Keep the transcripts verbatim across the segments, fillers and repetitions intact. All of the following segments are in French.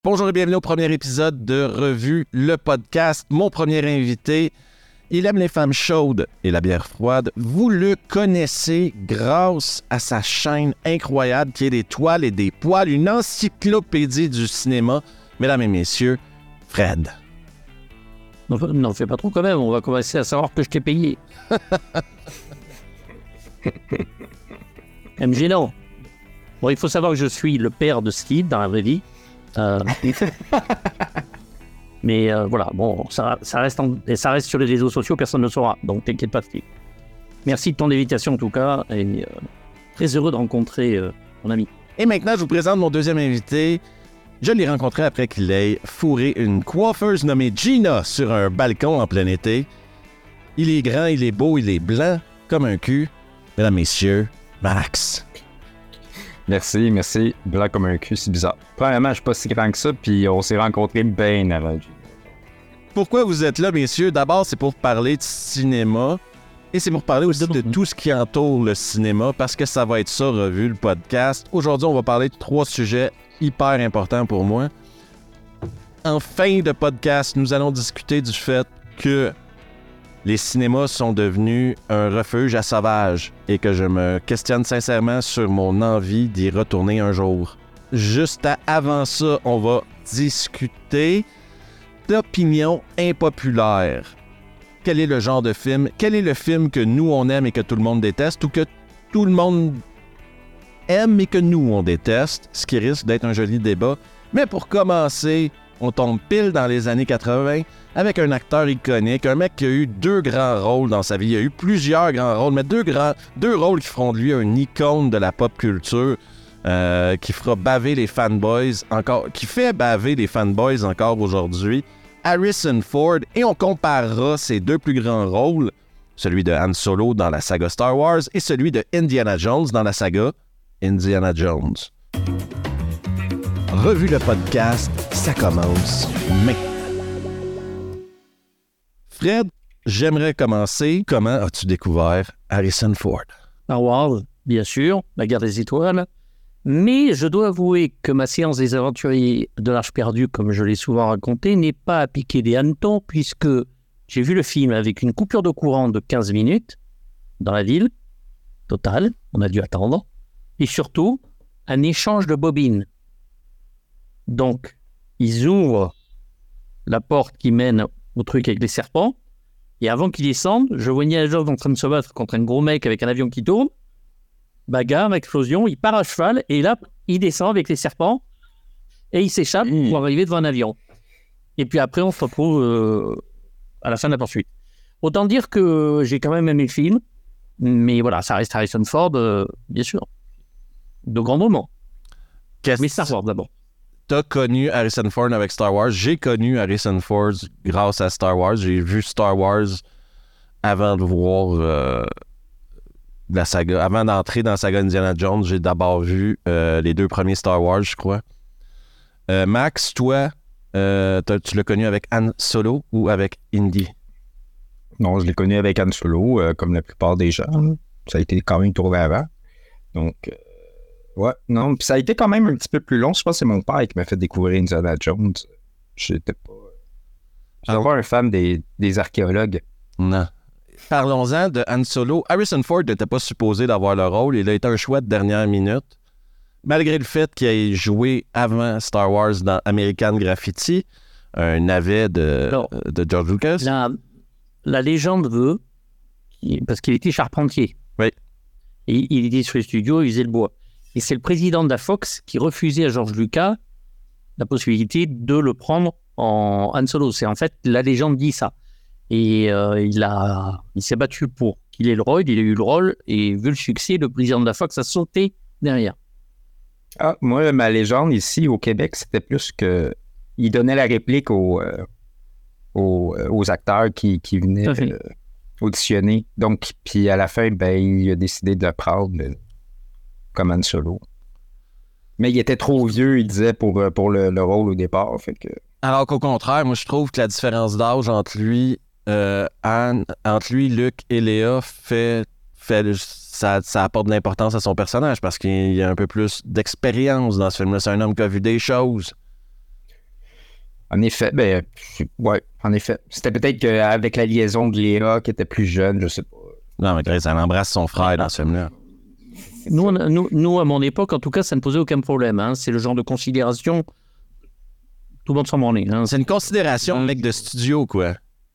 Bonjour et bienvenue au premier épisode de Revue, le podcast. Mon premier invité, il aime les femmes chaudes et la bière froide. Vous le connaissez grâce à sa chaîne incroyable qui est des toiles et des poils, une encyclopédie du cinéma. Mesdames et messieurs, Fred. Non, non, fais pas trop quand même, on va commencer à savoir que je t'ai payé. M G, non. Bon, il faut savoir que je suis le père de Steve dans la vraie vie. Euh... Mais euh, voilà, bon, ça, ça, reste en... et ça reste sur les réseaux sociaux, personne ne le saura, donc t'inquiète pas, Steve. Merci de ton invitation en tout cas, et euh, très heureux de rencontrer euh, mon ami. Et maintenant, je vous présente mon deuxième invité. Je l'ai rencontré après qu'il ait fourré une coiffeuse nommée Gina sur un balcon en plein été. Il est grand, il est beau, il est blanc comme un cul. Mesdames, messieurs, Max. Merci, merci. Blanc comme un cul, c'est bizarre. Premièrement, je suis pas si grand que ça, puis on s'est rencontrés bien avant. Pourquoi vous êtes là, messieurs? D'abord, c'est pour parler de cinéma. Et c'est pour parler aussi de tout ce qui entoure le cinéma, parce que ça va être ça, Revue, le podcast. Aujourd'hui, on va parler de trois sujets hyper importants pour moi. En fin de podcast, nous allons discuter du fait que les cinémas sont devenus un refuge à sauvages et que je me questionne sincèrement sur mon envie d'y retourner un jour. Juste à, avant ça, on va discuter d'opinions impopulaires. Quel est le genre de film? Quel est le film que nous, on aime et que tout le monde déteste ou que tout le monde aime et que nous, on déteste? Ce qui risque d'être un joli débat. Mais pour commencer, on tombe pile dans les années quatre-vingts avec un acteur iconique, un mec qui a eu deux grands rôles dans sa vie. Il a eu plusieurs grands rôles, mais deux, grands, deux rôles qui feront de lui une icône de la pop culture, euh, qui fera baver les fanboys encore, qui fait baver les fanboys encore aujourd'hui. Harrison Ford, et on comparera ses deux plus grands rôles, celui de Han Solo dans la saga Star Wars et celui de Indiana Jones dans la saga Indiana Jones. Revue le podcast, ça commence maintenant. Fred, j'aimerais commencer. Comment as-tu découvert Harrison Ford? Star Wars, bien sûr, la guerre des étoiles. Mais je dois avouer que ma séance des aventuriers de l'Arche perdue, comme je l'ai souvent raconté, n'est pas à piquer des hannetons, puisque j'ai vu le film avec une coupure de courant de quinze minutes dans la ville, totale, on a dû attendre, et surtout, un échange de bobines. Donc, ils ouvrent la porte qui mène au truc avec les serpents, et avant qu'ils descendent, je vois Indiana Jones en train de se battre contre un gros mec avec un avion qui tourne, bagarre, explosion, il part à cheval, et là, il descend avec les serpents, et il s'échappe mmh. pour arriver devant un avion. Et puis après, on se retrouve euh, à la fin de la poursuite. Autant dire que j'ai quand même aimé le film, mais voilà, ça reste Harrison Ford, euh, bien sûr. De grands moments. Qu'est-ce... Mais Star Wars, d'abord. T'as connu Harrison Ford avec Star Wars. J'ai connu Harrison Ford grâce à Star Wars. J'ai vu Star Wars avant de voir euh, la saga. Avant d'entrer dans la saga Indiana Jones, j'ai d'abord vu euh, les deux premiers Star Wars, je crois. Euh, Max, toi, euh, tu l'as connu avec Han Solo ou avec Indy? Non, je l'ai connu avec Han Solo, euh, comme la plupart des gens. Ça a été quand même tourné avant. Donc... Euh... Ouais, non, puis ça a été quand même un petit peu plus long. Je pense que c'est mon père qui m'a fait découvrir Indiana Jones. J'étais pas... J'étais ah. pas un fan des, des archéologues. Non. Parlons-en de Han Solo. Harrison Ford n'était pas supposé d'avoir le rôle. Il a été un choix de dernière minute. Malgré le fait qu'il ait joué avant Star Wars dans American Graffiti, un navet de, Alors, de George Lucas. La, la légende veut, parce qu'il était charpentier. Oui. Et il était sur les studios, il faisait le bois. Et c'est le président de la Fox qui refusait à George Lucas la possibilité de le prendre en Han Solo. C'est en fait, la légende dit ça. Et euh, il, a, il s'est battu pour qu'il ait le rôle, il a eu le rôle, et vu le succès, le président de la Fox a sauté derrière. Ah, moi, ma légende ici au Québec, c'était plus que il donnait la réplique aux, euh, aux, aux acteurs qui, qui venaient euh, auditionner. Donc, puis à la fin, ben, il a décidé de le prendre euh, comme Han Solo. Mais il était trop vieux, il disait, pour, pour le, le rôle au départ. Fait que... Alors qu'au contraire, moi, je trouve que la différence d'âge entre lui, euh, Anne, entre lui, Luke et Léa fait, fait ça, ça apporte de l'importance à son personnage parce qu'il y a un peu plus d'expérience dans ce film-là. C'est un homme qui a vu des choses. En effet, ben, ouais, en effet. C'était peut-être qu'avec la liaison de Léa qui était plus jeune, je sais pas. Non, mais Grace, elle embrasse son frère dans ce film-là. Nous, on a, nous, nous, à mon époque, en tout cas, ça ne posait aucun problème. Hein. C'est le genre de considération, tout le monde s'en branlait. Hein. C'est une considération, mec, de studio, quoi.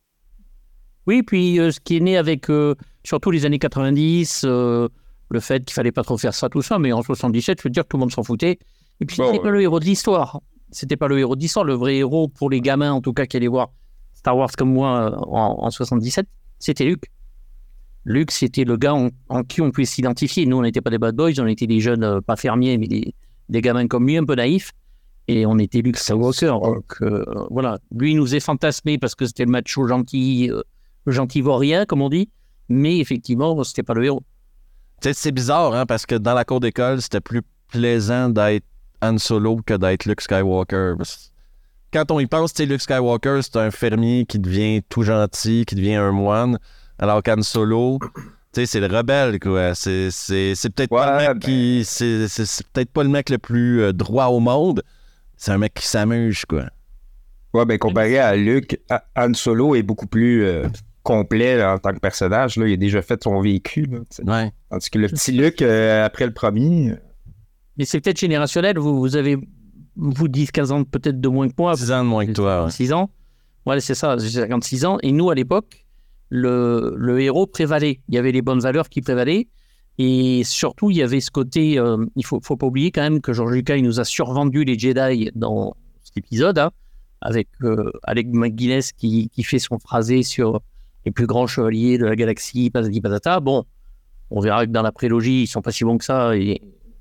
Oui, puis euh, ce qui est né avec, euh, surtout les années quatre-vingt-dix, euh, le fait qu'il fallait pas trop faire ça, tout ça, mais en soixante-dix-sept, je veux dire que tout le monde s'en foutait. Et puis, bon, c'était ouais. pas le héros de l'histoire. C'était pas le héros de l'histoire. Le vrai héros, pour les gamins, en tout cas, qui allaient voir Star Wars comme moi en, en soixante-dix-sept, c'était Luke. Luke, c'était le gars en, en qui on pouvait s'identifier. Nous, on n'était pas des bad boys, on était des jeunes, euh, pas fermiers, mais des, des gamins comme lui, un peu naïfs. Et on était Luke Skywalker. Donc, euh, voilà. Lui, il nous est fantasmé parce que c'était le macho gentil, euh, le gentil vaurien, comme on dit. Mais effectivement, c'était pas le héros. Tu sais, c'est bizarre, hein, parce que dans la cour d'école, c'était plus plaisant d'être Han Solo que d'être Luke Skywalker. Quand on y pense, tu sais, Luke Skywalker, c'est un fermier qui devient tout gentil, qui devient un moine. Alors qu'Han Solo, tu sais, c'est le rebelle, quoi. C'est, c'est, c'est peut-être ouais, pas le mec ben... qui... C'est, c'est, c'est peut-être pas le mec le plus euh, droit au monde. C'est un mec qui s'amuse, quoi. Ouais, ben comparé à Luke, Han Solo est beaucoup plus euh, complet là, en tant que personnage. Là. Il a déjà fait son vécu. Là, ouais. Tandis que le petit Luke, euh, après le premier... Euh... Mais c'est peut-être générationnel. Vous, vous avez, vous, dix quinze ans peut-être de moins que moi. dix ans de moins que toi, ouais. six ans. Ouais, c'est ça, j'ai cinquante-six ans. Et nous, à l'époque, Le, le héros prévalait. Il y avait les bonnes valeurs qui prévalaient. Et surtout, il y avait ce côté... Euh, il ne faut, faut pas oublier quand même que George Lucas, il nous a survendu les Jedi dans cet épisode, hein, avec euh, Alec McGuinness qui, qui fait son phrasé sur les plus grands chevaliers de la galaxie, patati patata. Bon, on verra que dans la prélogie, ils sont pas si bons que ça. Et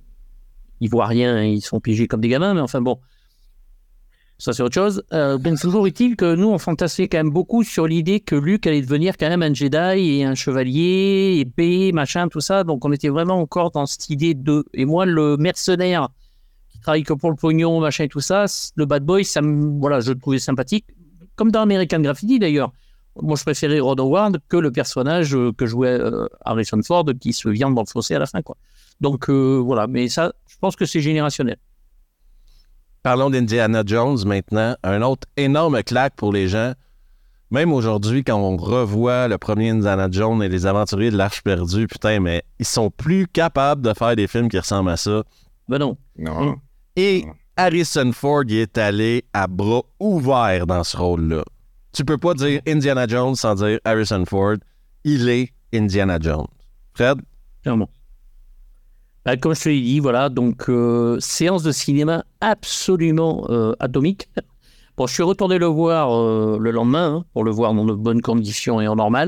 ils voient rien, ils sont piégés comme des gamins. Mais enfin bon, ça c'est autre chose. Euh, donc toujours est-il que nous on fantasmait quand même beaucoup sur l'idée que Luke allait devenir quand même un Jedi et un chevalier, épée, machin, tout ça. Donc on était vraiment encore dans cette idée de... Et moi, le mercenaire qui travaille que pour le pognon, machin et tout ça, le bad boy, ça me... voilà, je le trouvais sympathique. Comme dans American Graffiti d'ailleurs. Moi je préférais Ron Howard que le personnage que jouait euh, Harrison Ford qui se viande dans le fossé à la fin, quoi. Donc euh, voilà, mais ça, je pense que c'est générationnel. Parlons d'Indiana Jones maintenant. Un autre énorme claque pour les gens. Même aujourd'hui, quand on revoit le premier Indiana Jones et les aventuriers de l'Arche perdue, putain, mais ils sont plus capables de faire des films qui ressemblent à ça. Ben non. Non. Et Harrison Ford y est allé à bras ouverts dans ce rôle-là. Tu peux pas dire Indiana Jones sans dire Harrison Ford. Il est Indiana Jones. Fred? Clairement. Ben, comme je te l'ai dit, voilà, donc euh, séance de cinéma absolument euh, atomique. Bon, je suis retourné le voir euh, le lendemain, hein, pour le voir dans de bonnes conditions et en normal.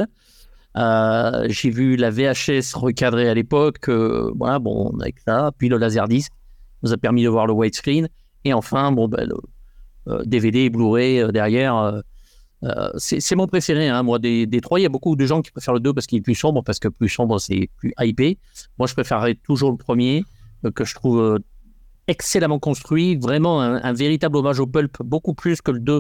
Euh, j'ai vu la V H S recadrée à l'époque, euh, voilà, bon, avec ça, puis le Laserdisc nous a permis de voir le widescreen, et enfin, bon, ben, le euh, D V D et Blu-ray euh, derrière. Euh, euh, c'est, c'est mon préféré, hein, moi, des, des trois. Il y a beaucoup de gens qui préfèrent le deux parce qu'il est plus sombre, parce que plus sombre, c'est plus hypé. Moi, je préférerais toujours le premier, euh, que je trouve euh, excellemment construit, vraiment un, un véritable hommage au pulp, beaucoup plus que le deux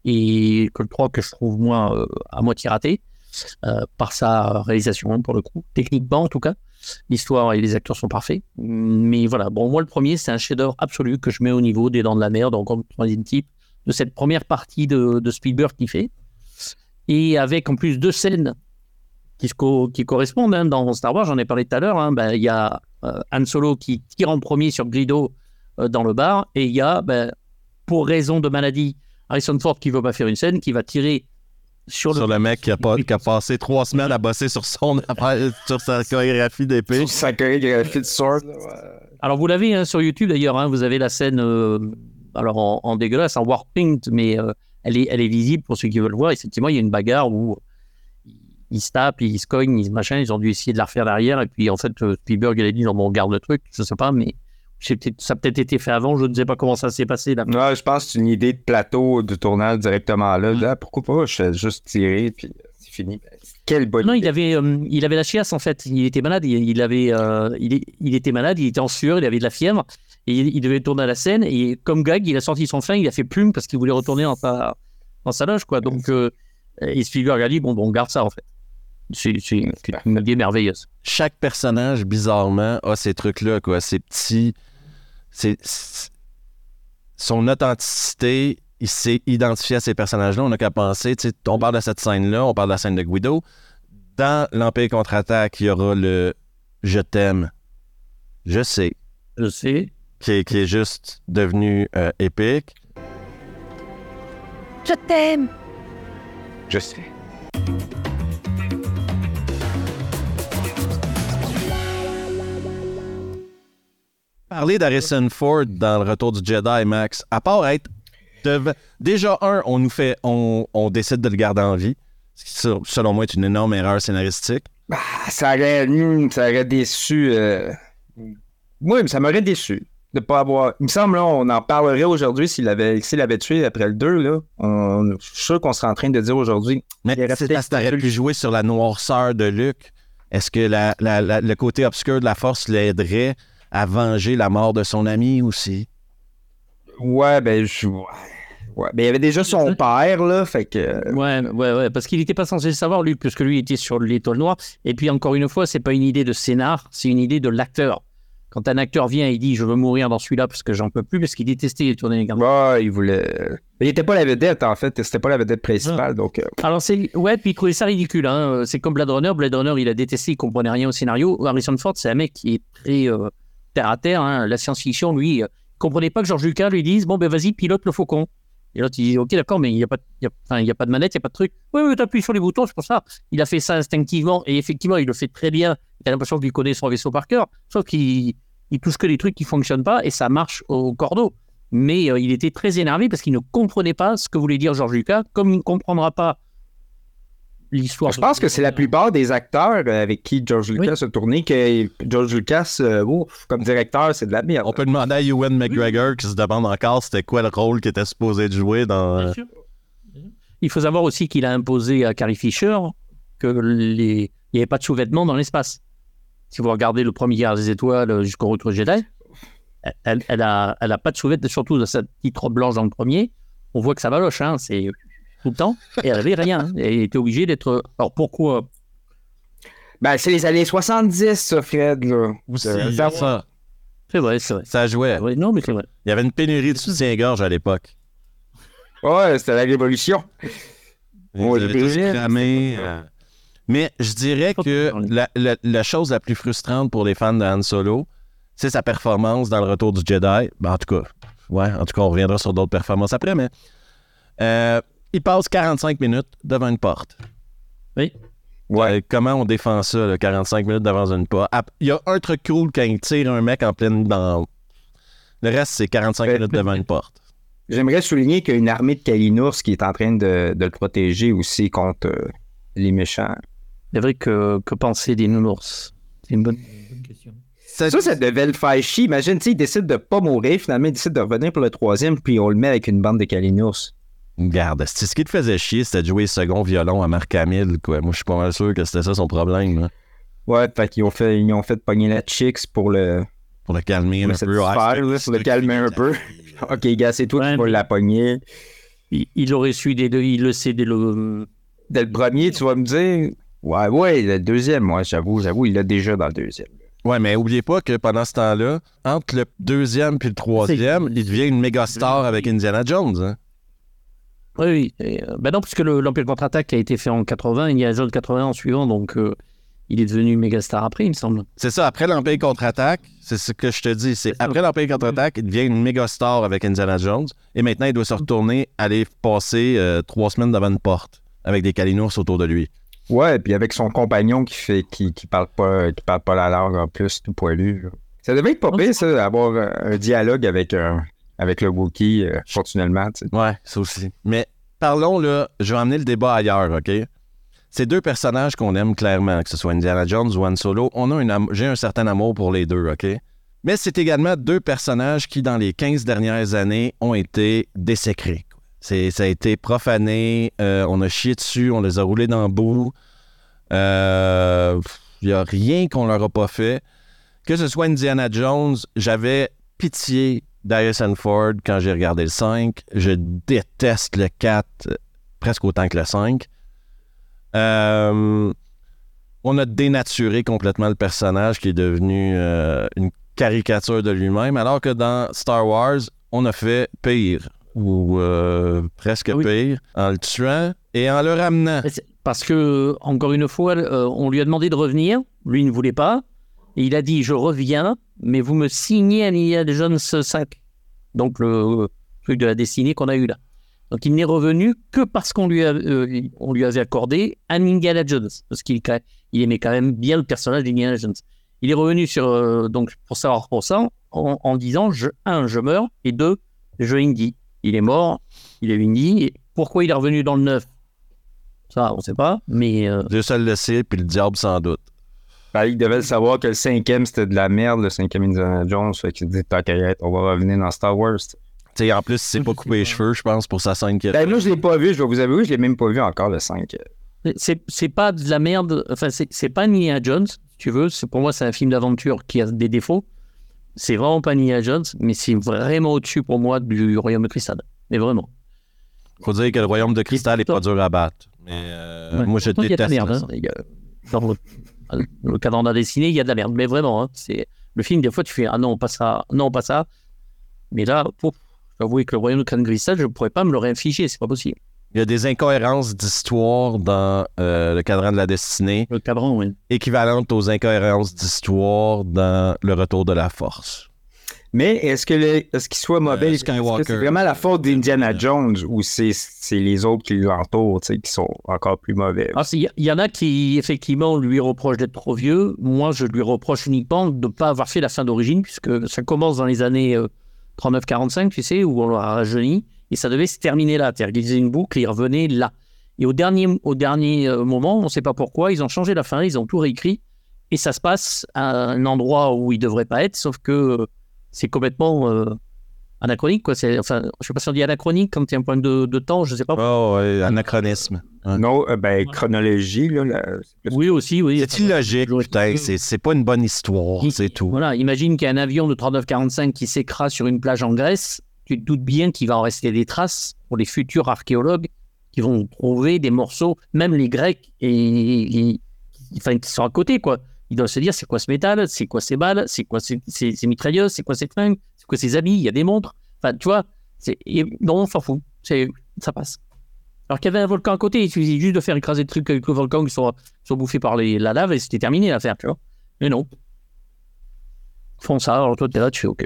et que le trois, que je trouve, moi, euh, à moitié raté, euh, par sa réalisation, hein, pour le coup, techniquement, en tout cas. L'histoire et les acteurs sont parfaits. Mais voilà, bon, moi, le premier, c'est un chef-d'œuvre absolu que je mets au niveau des Dents de la Mer, donc comme troisième type, de cette première partie de, de Spielberg qui fait. Et avec en plus deux scènes qui, co- qui correspondent hein, dans Star Wars, j'en ai parlé tout à l'heure. Il hein, ben, y a euh, Han Solo qui tire en premier sur Greedo euh, dans le bar, et il y a, ben, pour raison de maladie, Harrison Ford qui ne veut pas faire une scène, qui va tirer sur le, sur le mec qui a, pas, qui a passé trois semaines à bosser sur, son, sur sa chorégraphie d'épée. Sur sa chorégraphie de sword. Ouais. Alors vous l'avez hein, sur YouTube d'ailleurs, hein, vous avez la scène euh, alors en, en dégueulasse, en warpaint, mais euh, elle, est, elle est visible pour ceux qui veulent voir. Effectivement, il y a une bagarre où ils se tapent, ils se cognent, ils se machin, ils ont dû essayer de la refaire derrière, et puis en fait Spielberg il a dit non, bon, on garde le truc, je sais pas, mais peut-être, ça a peut-être été fait avant, je ne sais pas comment ça s'est passé là. Ouais, je pense que c'est une idée de plateau de tournage directement là. Là, pourquoi pas, je fais juste tirer, puis c'est fini. Quelle bonne non, idée. il avait, euh, il avait la chiasse en fait, il était malade, il, il avait, euh, il, il était malade, il était en sueur, il avait de la fièvre, et il, il devait tourner à la scène, et comme gag, il a sorti son flingue, il a fait plume parce qu'il voulait retourner dans sa, dans sa loge, quoi. Donc, euh, et Spielberg a dit, bon, bon, on garde ça en fait. C'est, c'est, c'est une idée merveilleuse. Chaque personnage, bizarrement, a ces trucs-là, quoi. Ces petits... C'est, c'est, son authenticité il s'est identifié à ces personnages-là. On n'a qu'à penser, tu sais, on parle de cette scène-là, on parle de la scène de Guido. Dans l'Empire contre-attaque, il y aura le « Je t'aime, je sais ». Je sais. Qui est, qui est juste devenu euh, épique. Je t'aime. Je sais. Parler d'Harrison Ford dans Le Retour du Jedi, Max, à part être... Dev... Déjà, un, on nous fait... On, on décide de le garder en vie. Ce qui, selon moi, est une énorme erreur scénaristique. Bah, ça aurait, ça aurait déçu... Euh... Oui, mais ça m'aurait déçu de pas avoir... Il me semble, là, on en parlerait aujourd'hui s'il avait, s'il avait tué après le deux, là. On... Je suis sûr qu'on serait en train de dire aujourd'hui... Mais c'est parce que t'aurais pu jouer sur la noirceur de Luke. Est-ce que la, la, la, le côté obscur de la Force l'aiderait à venger la mort de son ami aussi? Ouais, ben, je... Ouais, ben, il y avait déjà son père, là, fait que... Ouais, ouais, ouais, parce qu'il n'était pas censé le savoir, lui, puisque lui était sur l'étoile noire. Et puis, encore une fois, c'est pas une idée de scénar, c'est une idée de l'acteur. Quand un acteur vient et dit « Je veux mourir dans celui-là parce que j'en peux plus », parce qu'il détestait les tournées les gamins. Ouais, il voulait... Il n'était pas la vedette, en fait. C'était pas la vedette principale, ouais. donc... Euh... Alors, c'est... Ouais, puis il trouvait ça ridicule, hein. C'est comme Blade Runner. Blade Runner, il a détesté, il comprenait rien au scénario. Harrison Ford, c'est un mec qui est très euh, terre-à-terre, hein. La science-fiction, lui, euh, il comprenait pas que George Lucas lui dise « Bon, ben vas-y, pilote le faucon ». Et l'autre, il dit « Ok, d'accord, mais il n'y a, a, a pas de manette, il n'y a pas de truc. » Oui, oui, t'appuies sur les boutons, c'est pour ça. Il a fait ça instinctivement, et effectivement, il le fait très bien. Il a l'impression qu'il connaît son vaisseau par cœur, sauf qu'il il touche que les trucs qui ne fonctionnent pas, et ça marche au cordeau. Mais euh, il était très énervé parce qu'il ne comprenait pas ce que voulait dire George Lucas, comme il ne comprendra pas l'histoire. Je pense que c'est la plupart des acteurs avec qui George Lucas oui. a tourné, que George Lucas, euh, ouf, comme directeur, c'est de la merde. On peut demander à Ewan McGregor oui. qui se demande encore c'était quoi le rôle qu'il était supposé de jouer dans... Bien sûr. Il faut savoir aussi qu'il a imposé à Carrie Fisher que les... il n'y avait pas de sous-vêtements dans l'espace. Si vous regardez le premier Guerre des Étoiles jusqu'au Retour Jedi, elle, elle, a, elle a pas de sous-vêtements, surtout dans sa petite robe blanche dans le premier. On voit que ça valoche, hein, c'est tout le temps. Et elle avait rien. Hein. Elle était obligée d'être... Alors pourquoi? Ben, c'est les années soixante-dix, ça, Fred, là. C'est euh, ça. ça. C'est vrai, c'est vrai. Ça jouait. Ouais, non, mais c'est vrai. Il y avait une pénurie de soutien-gorge à l'époque. Ouais, c'était la révolution. Ouais, tous cramé. Euh... Mais je dirais que la, la, la chose la plus frustrante pour les fans de Han Solo, c'est sa performance dans Le Retour du Jedi. Ben, en tout cas, ouais, en tout cas, on reviendra sur d'autres performances après, mais euh, il passe quarante-cinq minutes devant une porte. Oui. Ouais. Euh, comment on défend ça, là, quarante-cinq minutes devant une porte? Il y a un truc cool quand il tire un mec en pleine dans. Le reste, c'est quarante-cinq minutes devant une porte. J'aimerais souligner qu'il y a une armée de Kalinours qui est en train de, de le protéger aussi contre euh, les méchants. C'est vrai que, que penser des nounours? C'est une bonne, une bonne question. Ça, ça, ça devait le faire chier. Imagine, tu sais, il décide de pas mourir, finalement, il décide de revenir pour le troisième, puis on le met avec une bande de Kalinours. Regarde, ce qui te faisait chier, c'était de jouer second violon à Marc Hamill, quoi. Moi, je suis pas mal sûr que c'était ça son problème, là. Ouais, fait qu'ils ont fait, ils ont fait pogner la chicks pour le... Pour le calmer un peu. Ah, là, pour le calmer un peu. OK, gars, c'est toi ouais, qui vas la pogner. Il, il aurait su dès le... Il le sait dès le... Dès le premier, tu vas me dire... Ouais, ouais, le deuxième, moi, j'avoue, j'avoue, il l'a déjà dans le deuxième. Ouais, mais oubliez pas que pendant ce temps-là, entre le deuxième puis le troisième, il devient une méga star avec Indiana Jones, hein? Oui, oui. Ben non, puisque le, l'Empire contre-attaque a été fait en quatre-vingts, Indiana Jones quatre-vingts en suivant, donc euh, il est devenu méga star après, il me semble. C'est ça, après l'Empire contre-attaque, c'est ce que je te dis, c'est, c'est après l'Empire contre-attaque, il devient une méga star avec Indiana Jones, et maintenant il doit se retourner, aller passer euh, trois semaines devant une porte, avec des Kalinours autour de lui. Ouais, puis avec son compagnon qui fait qui, qui parle pas qui parle pas la langue en plus, tout poilu. Là. Ça devait être pas pire, ça, d'avoir un, un dialogue avec un avec le Wookiee, euh, fortunément. Tu sais. Ouais, ça aussi. Mais parlons, là, je vais emmener le débat ailleurs, OK? C'est deux personnages qu'on aime clairement, que ce soit Indiana Jones ou Han Solo. On a un am- j'ai un certain amour pour les deux, OK? Mais c'est également deux personnages qui, dans les quinze dernières années, ont été désécrés. C'est, ça a été profané, euh, on a chié dessus, on les a roulés dans le bout. Il euh, n'y a rien qu'on leur a pas fait. Que ce soit Indiana Jones, j'avais pitié d'Harrison Ford quand j'ai regardé le cinq. Je déteste le quatre euh, presque autant que le cinq. Euh, on a dénaturé complètement le personnage qui est devenu euh, une caricature de lui-même, alors que dans Star Wars, on a fait pire. ou euh, presque oui. pire, en le tuant et en le ramenant. Parce que, encore une fois, euh, on lui a demandé de revenir, lui ne voulait pas, et il a dit « je reviens, mais vous me signez Indiana Jones cinq ». Donc le euh, truc de la destinée qu'on a eu là. Donc il n'est revenu que parce qu'on lui, a, euh, on lui avait accordé un Indiana Jones, parce qu'il il aimait quand même bien le personnage d'Indiana Jones. Il est revenu sur, euh, donc, pour savoir pour ça, en, en disant je, un, je meurs, et deux, je Indy. Il est mort, il est Indy, et pourquoi il est revenu dans le neuf? Ça, on ne sait pas, mais... Euh... Dieu seul le sait, puis le diable sans doute. Ben, il devait savoir que le cinquième, c'était de la merde, le cinquième Indiana Jones, fait qu'il dit, tant qu'à y être, on va revenir dans Star Wars. Tu sais, en plus, il s'est pas coupé les cheveux, je pense, pour sa scène qui Ben, moi, je l'ai pas vu, je vais vous avouer, je l'ai même pas vu encore, le cinq. C'est, c'est pas de la merde, enfin, c'est, c'est pas Indiana Jones, si tu veux, c'est, pour moi, c'est un film d'aventure qui a des défauts. C'est vraiment pas Indiana Jones, mais c'est vraiment au-dessus, pour moi, du Royaume de Cristal. Mais vraiment. Faut dire que le Royaume de Cristal est pas dur à battre. Mais euh, ouais. moi, je Pourtant, déteste il y a de la ça. merde, hein. Il y a, dans le, le cadran d'un dessiné, il y a de la merde. Mais vraiment, hein, c'est, le film, des fois, tu fais « Ah non, pas ça, non, pas ça ». Mais là, pour, je dois avouer que le Royaume de Cristal, je ne pourrais pas me le réinfliger, c'est pas possible. Il y a des incohérences d'histoire dans euh, le cadran de la destinée. Le cadran, oui. Équivalentes aux incohérences d'histoire dans le retour de la force. Mais est-ce que le, est-ce qu'il soit mauvais? Euh, Est-ce que c'est vraiment la faute d'Indiana Jones ou c'est, c'est les autres qui l'entourent, tu sais, qui sont encore plus mauvais? Ah, il y, y en a qui, effectivement, lui reprochent d'être trop vieux. Moi, je lui reproche uniquement de ne pas avoir fait la fin d'origine, puisque ça commence dans les années euh, trente-neuf quarante-cinq, tu sais, où on l'a rajeuni, et ça devait se terminer là. C'est-à-dire qu'ils faisaient une boucle et ils revenaient là. Et au dernier, au dernier euh, moment, on ne sait pas pourquoi, ils ont changé la fin, ils ont tout réécrit, et ça se passe à un endroit où il ne devrait pas être, sauf que euh, c'est complètement euh, anachronique, quoi. C'est, enfin, je ne sais pas si on dit anachronique, comme tu as un point de, de temps, je ne sais pas. Oh, ouais, anachronisme. Ouais. Non, euh, ben, chronologie, là. La, c'est oui, aussi, oui. C'est illogique, putain. C'est, c'est pas une bonne histoire, il, c'est tout. Voilà, imagine qu'il y a un avion de trente-neuf quarante-cinq qui s'écrase sur une plage en Grèce. Tu te doutes bien qu'il va en rester des traces pour les futurs archéologues qui vont trouver des morceaux, même les Grecs, et, et, et enfin, qui sont à côté, quoi. Ils doivent se dire, c'est quoi ce métal, c'est quoi ces balles, c'est quoi ces, ces, ces mitrailleuses, c'est quoi ces flingues, c'est quoi ces habits, il y a des montres. Enfin, tu vois, c'est, et, non, on s'en fout, c'est, ça passe. Alors qu'il y avait un volcan à côté, il suffisait juste de faire écraser le truc avec le volcan qui sont, sont bouffés par les, la lave et c'était terminé l'affaire, tu vois. Mais non. Ils font ça, alors toi, t'es là, tu fais OK.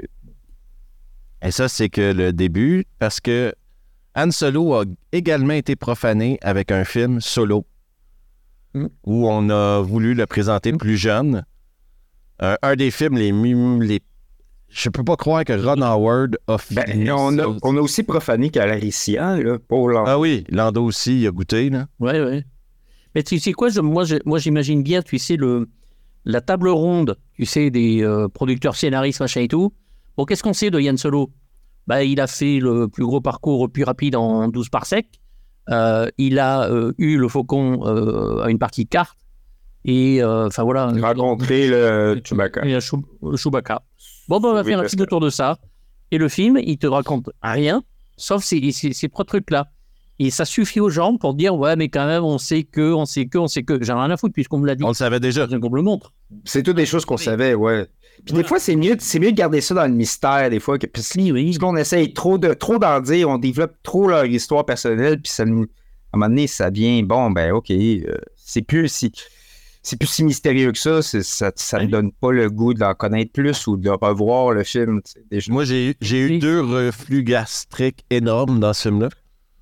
Et ça, c'est que le début, parce que Han Solo a également été profané avec un film Solo, mm. où on a voulu le présenter mm. plus jeune. Euh, un des films les mieux... Les... Je peux pas croire que Ron Howard a fait... Ben, on, a, on a aussi profané Calrissian, là, pour Lando. Ah oui, Lando aussi, il a goûté, là. Oui, oui. Mais tu sais quoi, je, moi, je, moi, j'imagine bien, tu sais, le, la table ronde, tu sais, des euh, producteurs, scénaristes, machin et tout. Bon, qu'est-ce qu'on sait de Han Solo? Ben, il a fait le plus gros parcours, le plus rapide en douze parsecs. Euh, il a euh, eu le Faucon euh, à une partie de carte. Et, enfin, euh, voilà. Rencontrer le Chewbacca. Et le Chewbacca. Bon, ben, on va oui, faire un petit tour de ça. Et le film, il te raconte rien, sauf ces, ces, ces trois trucs-là. Et ça suffit aux gens pour dire, ouais, mais quand même, on sait que, on sait que, on sait que. J'en ai rien à foutre, puisqu'on me l'a dit. On le savait déjà. On me le montre. C'est toutes des choses qu'on savait, ouais. Puis voilà. Des fois, c'est mieux, c'est mieux de garder ça dans le mystère, des fois, que, parce, oui, oui. parce qu'on essaye trop, de, trop d'en dire, on développe trop leur histoire personnelle, puis ça nous, à un moment donné, ça devient, bon, ben, OK, euh, c'est plus si... C'est plus si mystérieux que ça, c'est, ça ne oui. donne pas le goût d'en connaître plus ou de revoir le film. Déjà. Moi, j'ai, j'ai eu deux reflux gastriques énormes dans ce film-là.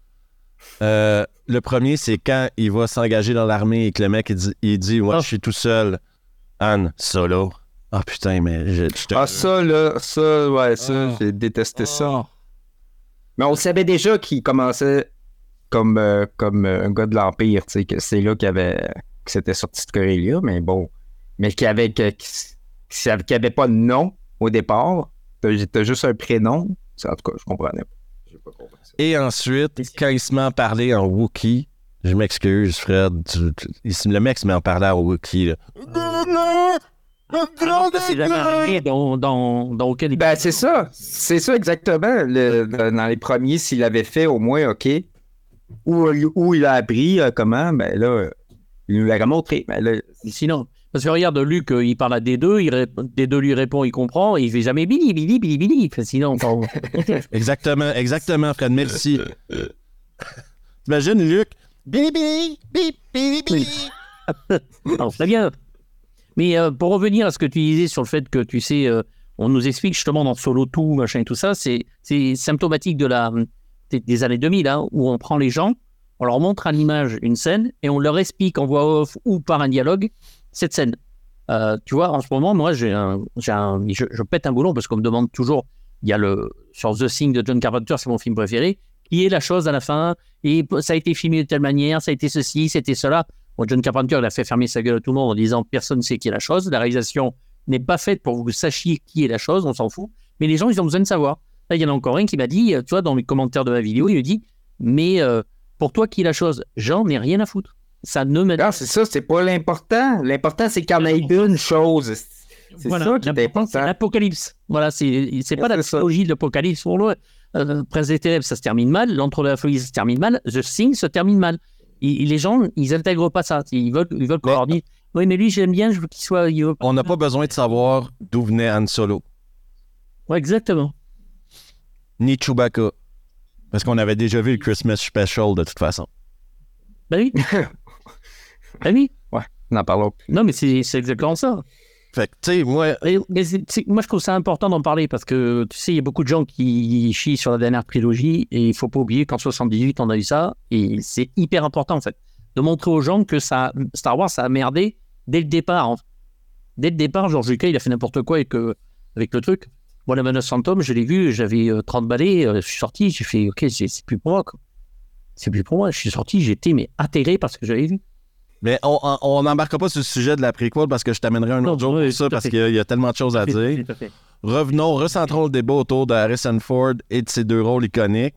Euh, le premier, c'est quand il va s'engager dans l'armée et que le mec, il dit, il dit moi, oh. je suis tout seul. Han Solo. Ah, oh, putain, mais... Je, je te... Ah, ça, là, ça, ouais, ça, oh. j'ai détesté oh. ça. Mais on savait déjà qu'il commençait comme, euh, comme euh, un gars de l'Empire, tu sais, que c'est là qu'il avait... que c'était sorti de Corellia, mais bon, mais qu'il avait, qu'il n'y avait pas de nom au départ, t'as, t'as juste un prénom, en tout cas, je comprenais pas. J'ai pas compris ça. Et ensuite, quand il se met à parler en Wookiee, je m'excuse, Fred, tu, tu, le mec se met à parler en Wookiee, là. C'est jamais arrivé dans, dans, dans aucun... Ben, c'est ça, c'est ça exactement, le, dans les premiers, s'il l'avait fait au moins, OK, où, où il a appris, euh, comment, ben là... Il nous l'a montré. Mais là... Sinon, Parce que regarde, Luc, il parle à D deux, il ré... D deux lui répond, il comprend, et il fait jamais Billy, Billy, Billy, Billy. Sinon, on... Exactement, exactement, Fred, merci. T'imagines, Luc? Billy, Billy, Billy, Billy, Billy. Alors, très bien. Mais euh, pour revenir à ce que tu disais sur le fait que, tu sais, euh, on nous explique justement dans Solo tout, machin et tout ça, c'est, c'est symptomatique de la, des, des années deux mille, hein, où on prend les gens, on leur montre à l'image une scène et on leur explique en voix off ou par un dialogue cette scène. Euh, tu vois, en ce moment, moi, j'ai un, j'ai un, je, je pète un boulon parce qu'on me demande toujours, il y a le, sur The Thing de John Carpenter, c'est mon film préféré, qui est la chose à la fin, et ça a été filmé de telle manière, ça a été ceci, c'était cela. Bon, John Carpenter, il a fait fermer sa gueule à tout le monde en disant personne ne sait qui est la chose. La réalisation n'est pas faite pour que vous sachiez qui est la chose, on s'en fout. Mais les gens, ils ont besoin de savoir. Là, il y en a encore un qui m'a dit, tu vois, dans les commentaires de ma vidéo, il me dit, mais euh, pour toi, qui est la chose? J'en ai rien à foutre. Ça ne m'aide pas. Non, c'est ça, c'est pas l'important. L'important, c'est qu'il y en ait une chose. C'est voilà, ça qui est important. C'est l'apocalypse. Voilà, c'est, c'est pas la trilogie de l'apocalypse pour le euh, Prince des Ténèbres, ça se termine mal. L'Entre de la folie, ça se termine mal. The Thing se termine mal. Et, et les gens, ils intègrent pas ça. Ils veulent, ils veulent qu'on leur dise oui, mais lui, j'aime bien, je veux qu'il soit. Veut... On n'a pas besoin de savoir d'où venait Han Solo. Ouais, exactement. Ni Chewbacca. Parce qu'on avait déjà vu le Christmas Special de toute façon. Ben oui. Ben oui. Ouais, n'en parlons plus. Non, mais c'est, c'est exactement ça. Fait que, tu sais, moi... Et, mais c'est, c'est, moi, je trouve ça important d'en parler parce que, tu sais, il y a beaucoup de gens qui chient sur la dernière trilogie et il ne faut pas oublier qu'en soixante-dix-huit, on a eu ça et c'est hyper important, en fait, de montrer aux gens que ça, Star Wars, ça a merdé dès le départ. En fait. Dès le départ, George Lucas, il a fait n'importe quoi avec, euh, avec le truc. Moi, la Menace Fantôme, je l'ai vu, j'avais euh, trente balais, euh, je suis sorti, j'ai fait, OK, c'est, c'est plus pour moi, quoi. C'est plus pour moi. Je suis sorti, j'étais mais atterré par ce que j'avais vu. Mais on n'embarquera pas sur le sujet de la préquel parce que je t'amènerai un autre jour pour ça parce qu'il y a tellement de choses à dire. Revenons, recentrons le débat autour de Harrison Ford et de ses deux rôles iconiques.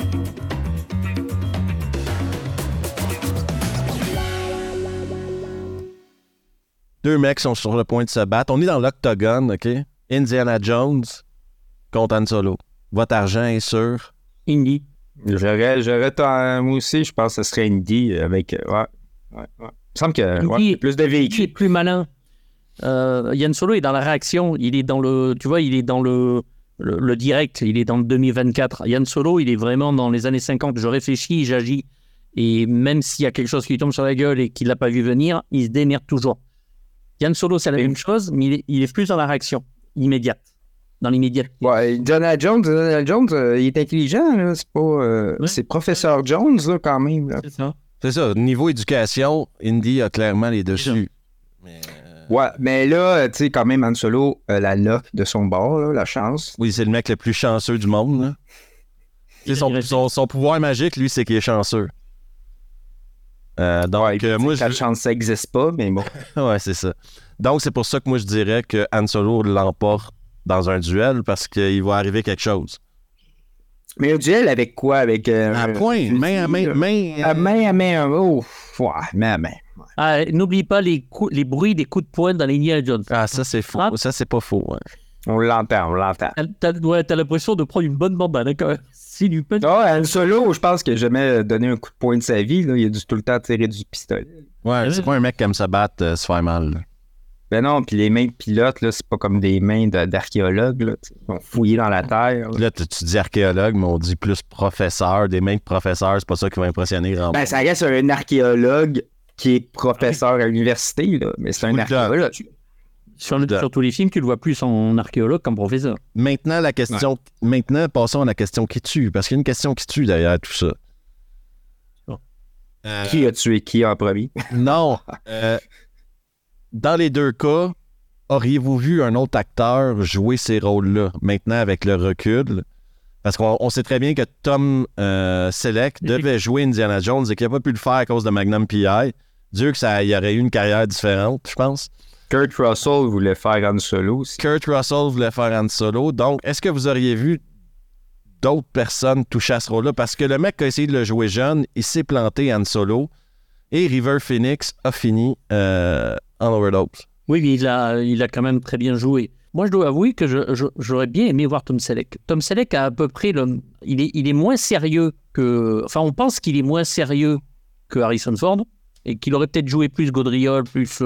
Deux mecs sont sur le point de se battre. On est dans l'octogone, OK? Indiana Jones contre Han Solo. Votre argent est sûr? Indy. J'aurais, j'aurais t- moi aussi, je pense que ce serait Indy avec... Ouais, ouais, ouais. Il me semble qu'il ouais, y a plus de véhicules. Il est plus malin. Euh, Yann Solo est dans la réaction. Il est dans le... Tu vois, il est dans le, le, le direct. Il est dans le deux mille vingt-quatre. Yann Solo, il est vraiment dans les années cinquante. Je réfléchis, j'agis. Et même s'il y a quelque chose qui lui tombe sur la gueule et qu'il l'a pas vu venir, il se démerde toujours. Yann Solo, c'est la même chose, mais il est, il est plus dans la réaction immédiate. Dans l'immédiat. Ouais, Indiana Jones, Indiana Jones, euh, il est intelligent, là. C'est pas. Euh, ouais. C'est Professeur Jones, là, quand même. Là. C'est ça. C'est ça. Niveau éducation, Indy a clairement les dessus. Mais euh... Ouais, mais là, tu sais, quand même, Han Solo, euh, la luck de son bord, là, la chance. Oui, c'est le mec le plus chanceux du monde, là. Son, son, son pouvoir magique, lui, c'est qu'il est chanceux. Euh, donc, ouais, euh, moi, la je... chance, ça n'existe pas, mais bon. Ouais, c'est ça. Donc, c'est pour ça que moi, je dirais que Han Solo l'emporte dans un duel parce qu'il va arriver quelque chose. Mais un duel avec quoi? Avec euh, à point, main à main. main à main à main. Oh, ouais, main à main. Ouais. Ah, n'oublie pas les, coups, les bruits des coups de poing dans les Indiana Jones. Ah, ça, c'est faux. Ah. Ça, c'est pas faux. Ouais. On l'entend, on l'entend. T'as, ouais, t'as l'impression de prendre une bonne bande, d'accord? C'est du punch. Ah, Han Solo, je pense qu'il n'a jamais donné un coup de poing de sa vie. Là. Il a dû tout le temps tirer du pistolet. Ouais, c'est pas un mec qui aime se battre, euh, se faire mal. Là. Ben non, puis les mains de pilote, là, c'est pas comme des mains de, d'archéologues. Là, ils ont fouillé dans la terre. Là, là tu, tu dis archéologue, mais on dit plus professeur. Des mains de professeur, c'est pas ça qui va impressionner grand Ben, monde. ça reste un archéologue qui est professeur à l'université, là, mais c'est un archéologue. Sur, le, sur tous les films, tu le vois plus en archéologue qu'en professeur. Maintenant, la question. Ouais. Maintenant, passons à la question qui tue, parce qu'il y a une question qui tue derrière tout ça. Oh. Euh, qui a tué qui en premier? Non. euh, dans les deux cas, auriez-vous vu un autre acteur jouer ces rôles-là, maintenant avec le recul? Parce qu'on on sait très bien que Tom euh, Selleck devait jouer Indiana Jones et qu'il n'a pas pu le faire à cause de Magnum P I. Dieu que ça y aurait eu une carrière différente, je pense. Kurt Russell voulait faire Han Solo aussi. Kurt Russell voulait faire Han Solo. Donc, est-ce que vous auriez vu d'autres personnes toucher à ce rôle-là? Parce que le mec qui a essayé de le jouer jeune, il s'est planté Han Solo. Et River Phoenix a fini euh, en overdose. Oui, mais il a, il a quand même très bien joué. Moi, je dois avouer que je, je, j'aurais bien aimé voir Tom Selleck. Tom Selleck a à peu près... Le, il, est, il est moins sérieux que... Enfin, on pense qu'il est moins sérieux que Harrison Ford et qu'il aurait peut-être joué plus Gaudriole, plus... Euh,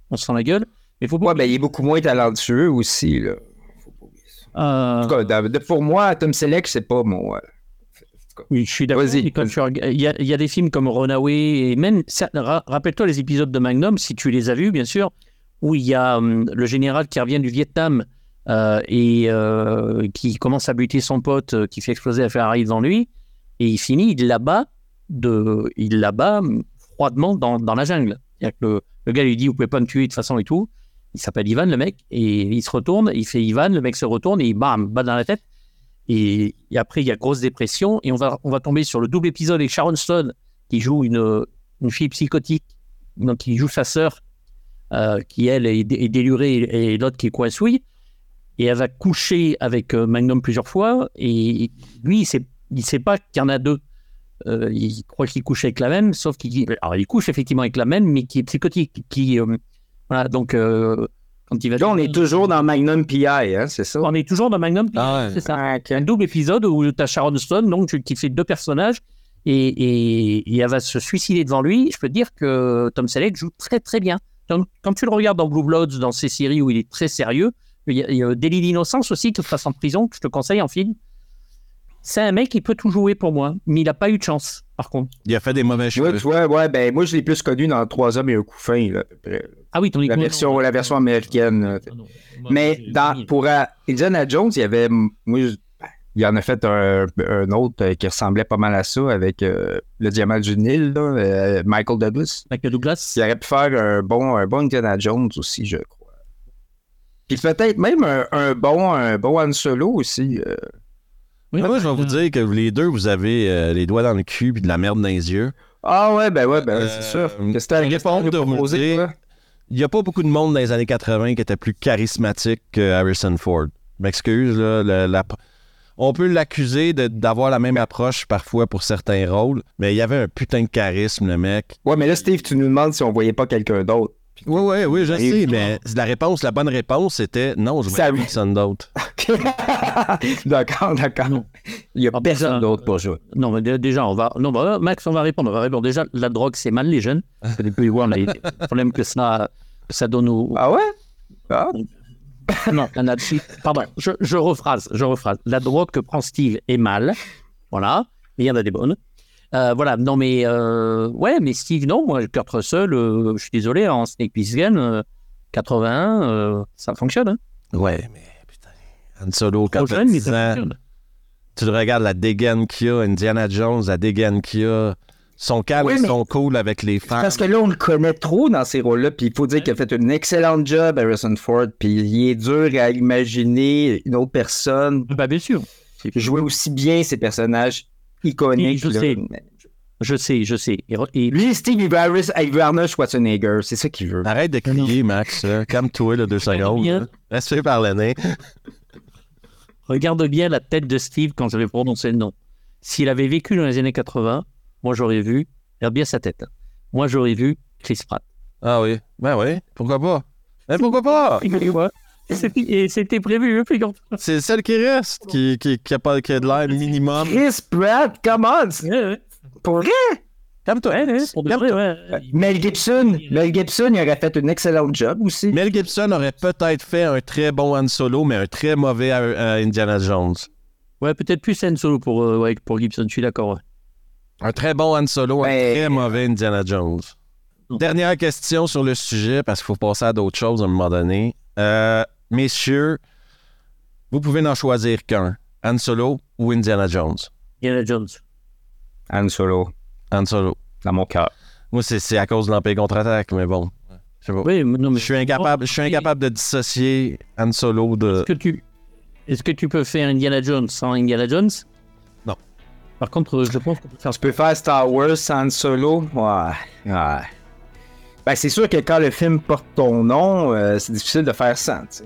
on se sent la gueule. Mais faut pas... Ouais, ben, il est beaucoup moins talentueux aussi, là. Faut pas oublier ça. Euh... En tout cas, de, de, pour moi, Tom Selleck, c'est pas mon... Euh... Oui, je suis d'accord. Vas-y. Quand tu regardes, il y, a, il y a des films comme Runaway, et même, ça, rappelle-toi les épisodes de Magnum, si tu les as vus, bien sûr, où il y a hum, le général qui revient du Vietnam euh, et euh, qui commence à buter son pote, euh, qui fait exploser la Ferrari devant lui, et il finit, il l'abat, de, il l'abat froidement dans, dans la jungle. C'est-à-dire que le, le gars lui dit, vous pouvez pas me tuer de toute façon et tout. Il s'appelle Ivan, le mec, et il se retourne, il fait Ivan, le mec se retourne, et il bam, bat dans la tête. Et, et après, il y a grosse dépression, et on va, on va tomber sur le double épisode avec Sharon Stone, qui joue une, une fille psychotique, donc qui joue sa sœur, euh, qui elle est, est délurée, et l'autre qui est coincouille, et elle va coucher avec euh, Magnum plusieurs fois, et lui, il sait, il sait pas qu'il y en a deux. Euh, il croit qu'il couche avec la même, sauf qu'il alors, il couche effectivement avec la même, mais qui est psychotique, qui... Euh, voilà, donc... Euh, Quand il va Là, on est toujours dans Magnum P I, hein, c'est ça? On est toujours dans Magnum P I, ah ouais. c'est ça. Ah, okay. Un double épisode où tu as Sharon Stone, donc, qui fait deux personnages, et, et, et elle va se suicider devant lui. Je peux te dire que Tom Selleck joue très très bien. Donc, quand tu le regardes dans Blue Bloods, dans ces séries où il est très sérieux, il y a, il y a Délit d'innocence aussi, qui se passe en prison, que je te conseille en film. C'est un mec qui peut tout jouer pour moi, mais il n'a pas eu de chance, par contre. Il a fait des mauvais choix. Ouais, ouais, ouais, ben moi, je l'ai plus connu dans Trois hommes et un coup fin, là, à peu près. Ah oui, ton la version, non, la version américaine. Non, non, non. Mais dans, pour uh, Indiana Jones, il y avait... Moi, je, il en a fait un, un autre euh, qui ressemblait pas mal à ça, avec euh, le diamant du Nil, là, euh, Michael Douglas. Michael Douglas. Il aurait pu faire un bon, un bon Indiana Jones aussi, je crois. Puis peut-être même un, un, bon, un bon Han Solo aussi. Euh. Oui, moi, je vais vous dire que les deux, vous avez euh, les doigts dans le cul et de la merde dans les yeux. Ah ouais, ben ouais, ben euh, c'est sûr. Que c'était une réponse de proposer. Il n'y a pas beaucoup de monde dans les années quatre-vingt qui était plus charismatique que Harrison Ford. Je m'excuse, là. Le, la, on peut l'accuser de, d'avoir la même approche parfois pour certains rôles, mais il y avait un putain de charisme, le mec. Ouais, mais là, Steve, tu nous demandes si on voyait pas quelqu'un d'autre. Oui, oui, oui, je sais, et... mais la réponse, la bonne réponse, c'était non, je voulais personne d'autre. D'accord, d'accord. Non. Il n'y a personne déjà, d'autre pour jouer. Non, mais déjà, on va. Non, bah, Max, on va répondre. On va répondre. Déjà, la drogue, c'est mal, les jeunes. Tu peux y voir les problèmes que ça, ça donne aux. Ah ouais? Ah. Non, la, pardon, je, je rephrase, je rephrase. La drogue que prend Steve est mal. Voilà. Mais il y en a des bonnes. Euh, voilà, non mais euh, ouais, mais Steve, non, moi, Kurt Russell, euh, je suis désolé, en Snake Plissken, euh, quatre-vingt-un, euh, ça fonctionne. Hein? Ouais, mais putain, Han Solo, quatre-vingt-dix ans, tu le regardes, la dégaine qu'il y a, Indiana Jones, la dégaine qu'il y a, son calme, oui, son cool avec les femmes. Parce que là, on le connaît trop dans ces rôles-là, puis il faut dire qu'il a fait une excellente job, Harrison Ford, puis il est dur à imaginer une autre personne. Bah, bien sûr. Jouer aussi bien ces personnages iconique. Je là. sais, je sais, je sais. Et, et... Lui, Steve, il veut, Harris, il veut Arnold Schwarzenegger. C'est ça qu'il veut. Arrête de crier, Max. Calme-toi, là, deux secondes. Reste par le nez. Regarde bien la tête de Steve quand j'avais prononcé le nom. S'il avait vécu dans les années quatre-vingts, moi, j'aurais vu... Regarde bien sa tête. Moi, j'aurais vu Chris Pratt. Ah oui. Ben oui. Pourquoi pas? Ben pourquoi pas? Et c'était prévu, hein, c'est celle qui reste, qui, qui, qui, a, pas, qui a de l'air minimum. Chris Pratt, come on! Ouais, ouais. Pour vrai? Calme-toi. Ouais, ouais, pour Calme-toi. Vrai, ouais. Mel Gibson, Mel Gibson, il aurait fait une excellente job aussi. Mel Gibson aurait peut-être fait un très bon Han Solo, mais un très mauvais euh, Indiana Jones. Ouais, peut-être plus Han Solo pour, euh, ouais, pour Gibson, je suis d'accord. Ouais. Un très bon Han Solo, ouais. Un très mauvais Indiana Jones. Non. Dernière question sur le sujet, parce qu'il faut passer à d'autres choses à un moment donné. Euh... Messieurs, vous pouvez n'en choisir qu'un. Han Solo ou Indiana Jones? Indiana Jones. Han Solo. Han Solo. Dans mon cœur. Moi, c'est, c'est à cause de l'Empire contre-attaque, mais bon. Je sais pas. Oui, mais non, mais... Je suis incapable, je suis incapable de dissocier Han Solo de... Est-ce que tu, est-ce que tu peux faire Indiana Jones sans Indiana Jones? Non. Par contre, je pense qu'on peut faire... Tu peux faire Star Wars sans Han Solo? Ouais. Ouais. Ben, c'est sûr que quand le film porte ton nom, euh, c'est difficile de faire ça, tu sais.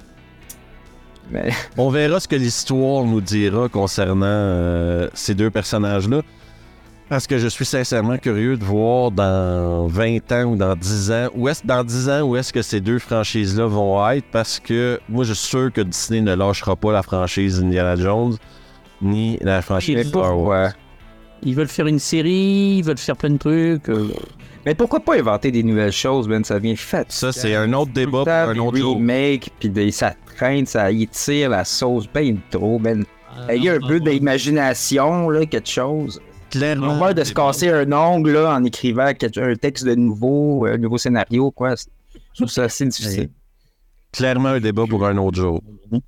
Mais... On verra ce que l'histoire nous dira concernant euh, ces deux personnages-là. Parce que je suis sincèrement curieux de voir dans vingt ans ou dans dix ans, où est-ce, dans dix ans, où est-ce que ces deux franchises-là vont être. Parce que moi, je suis sûr que Disney ne lâchera pas la franchise Indiana Jones, ni la franchise Star Wars. Ils veulent faire une série, ils veulent faire plein de trucs... Euh... Mais pourquoi pas inventer des nouvelles choses, man? Ça vient fait. Ça, c'est un autre débat pour un autre jour. Remake, puis des, ça traîne, ça y tire la sauce ben trop, man. Il y a un peu d'imagination, là, quelque chose. Clairement. On va de se casser un ongle, là, en écrivant un texte de nouveau, un nouveau scénario, quoi. Je trouve ça assez difficile. Clairement un débat pour un autre jour.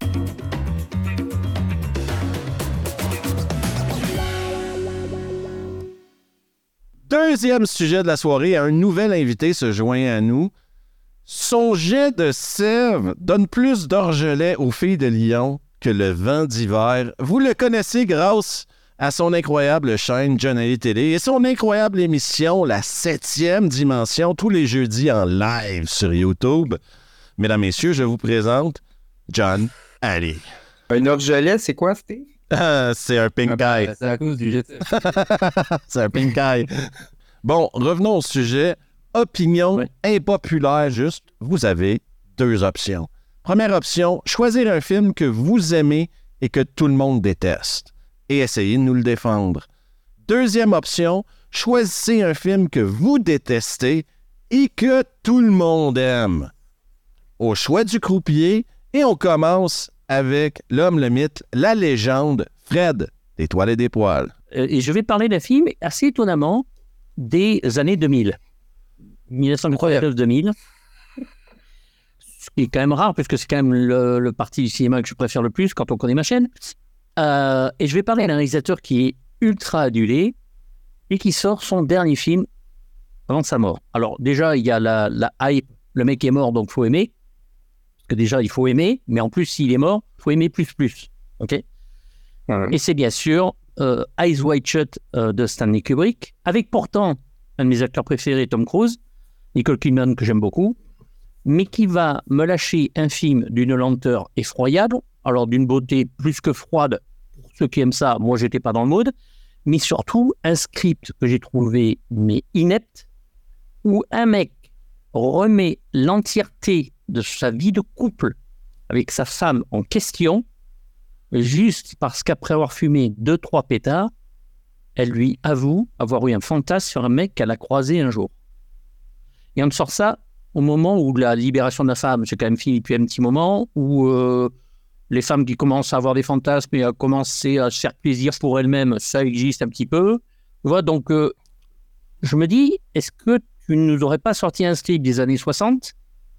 Deuxième sujet de la soirée, un nouvel invité se joint à nous. Son jet de sève donne plus d'orgelets aux filles de Lyon que le vent d'hiver. Vous le connaissez grâce à son incroyable chaîne John Ali Télé et son incroyable émission La Septième Dimension, tous les jeudis en live sur YouTube. Mesdames, messieurs, je vous présente John Ali. Un orgelet, c'est quoi, Steve? Ah, c'est un pink eye. C'est à cause du jet. C'est un pink eye. Bon, revenons au sujet. Opinion oui. impopulaire, juste. Vous avez deux options. Première option, choisir un film que vous aimez et que tout le monde déteste et essayer de nous le défendre. Deuxième option, choisissez un film que vous détestez et que tout le monde aime. Au choix du croupier, et on commence avec l'homme, le mythe, la légende, Fred, des Toiles et des Poils. Euh, et je vais parler d'un film assez étonnamment des années deux mille. dix-neuf cent quatre-vingt-neuf deux mille. Ce qui est quand même rare, puisque c'est quand même le, le parti du cinéma que je préfère le plus quand on connaît ma chaîne. Euh, et je vais parler d'un réalisateur qui est ultra adulé et qui sort son dernier film avant sa mort. Alors déjà, il y a la, la hype, le mec est mort, donc il faut aimer. Parce que déjà, il faut aimer, mais en plus, s'il est mort, il faut aimer plus plus. Okay, ouais. Et c'est bien sûr euh, Eyes Wide Shut euh, de Stanley Kubrick, avec pourtant un de mes acteurs préférés, Tom Cruise, Nicole Kidman, que j'aime beaucoup, mais qui va me lâcher un film d'une lenteur effroyable, alors d'une beauté plus que froide, pour ceux qui aiment ça, moi j'étais pas dans le mood, mais surtout un script que j'ai trouvé mais inepte, où un mec remet l'entièreté de sa vie de couple avec sa femme en question, juste parce qu'après avoir fumé deux, trois pétards, elle lui avoue avoir eu un fantasme sur un mec qu'elle a croisé un jour. Et on sort ça au moment où la libération de la femme, c'est quand même fini depuis un petit moment, où euh, les femmes qui commencent à avoir des fantasmes et à commencer à se faire plaisir pour elles-mêmes, ça existe un petit peu. Tu vois, donc euh, je me dis, est-ce que tu ne nous aurais pas sorti un style des années soixante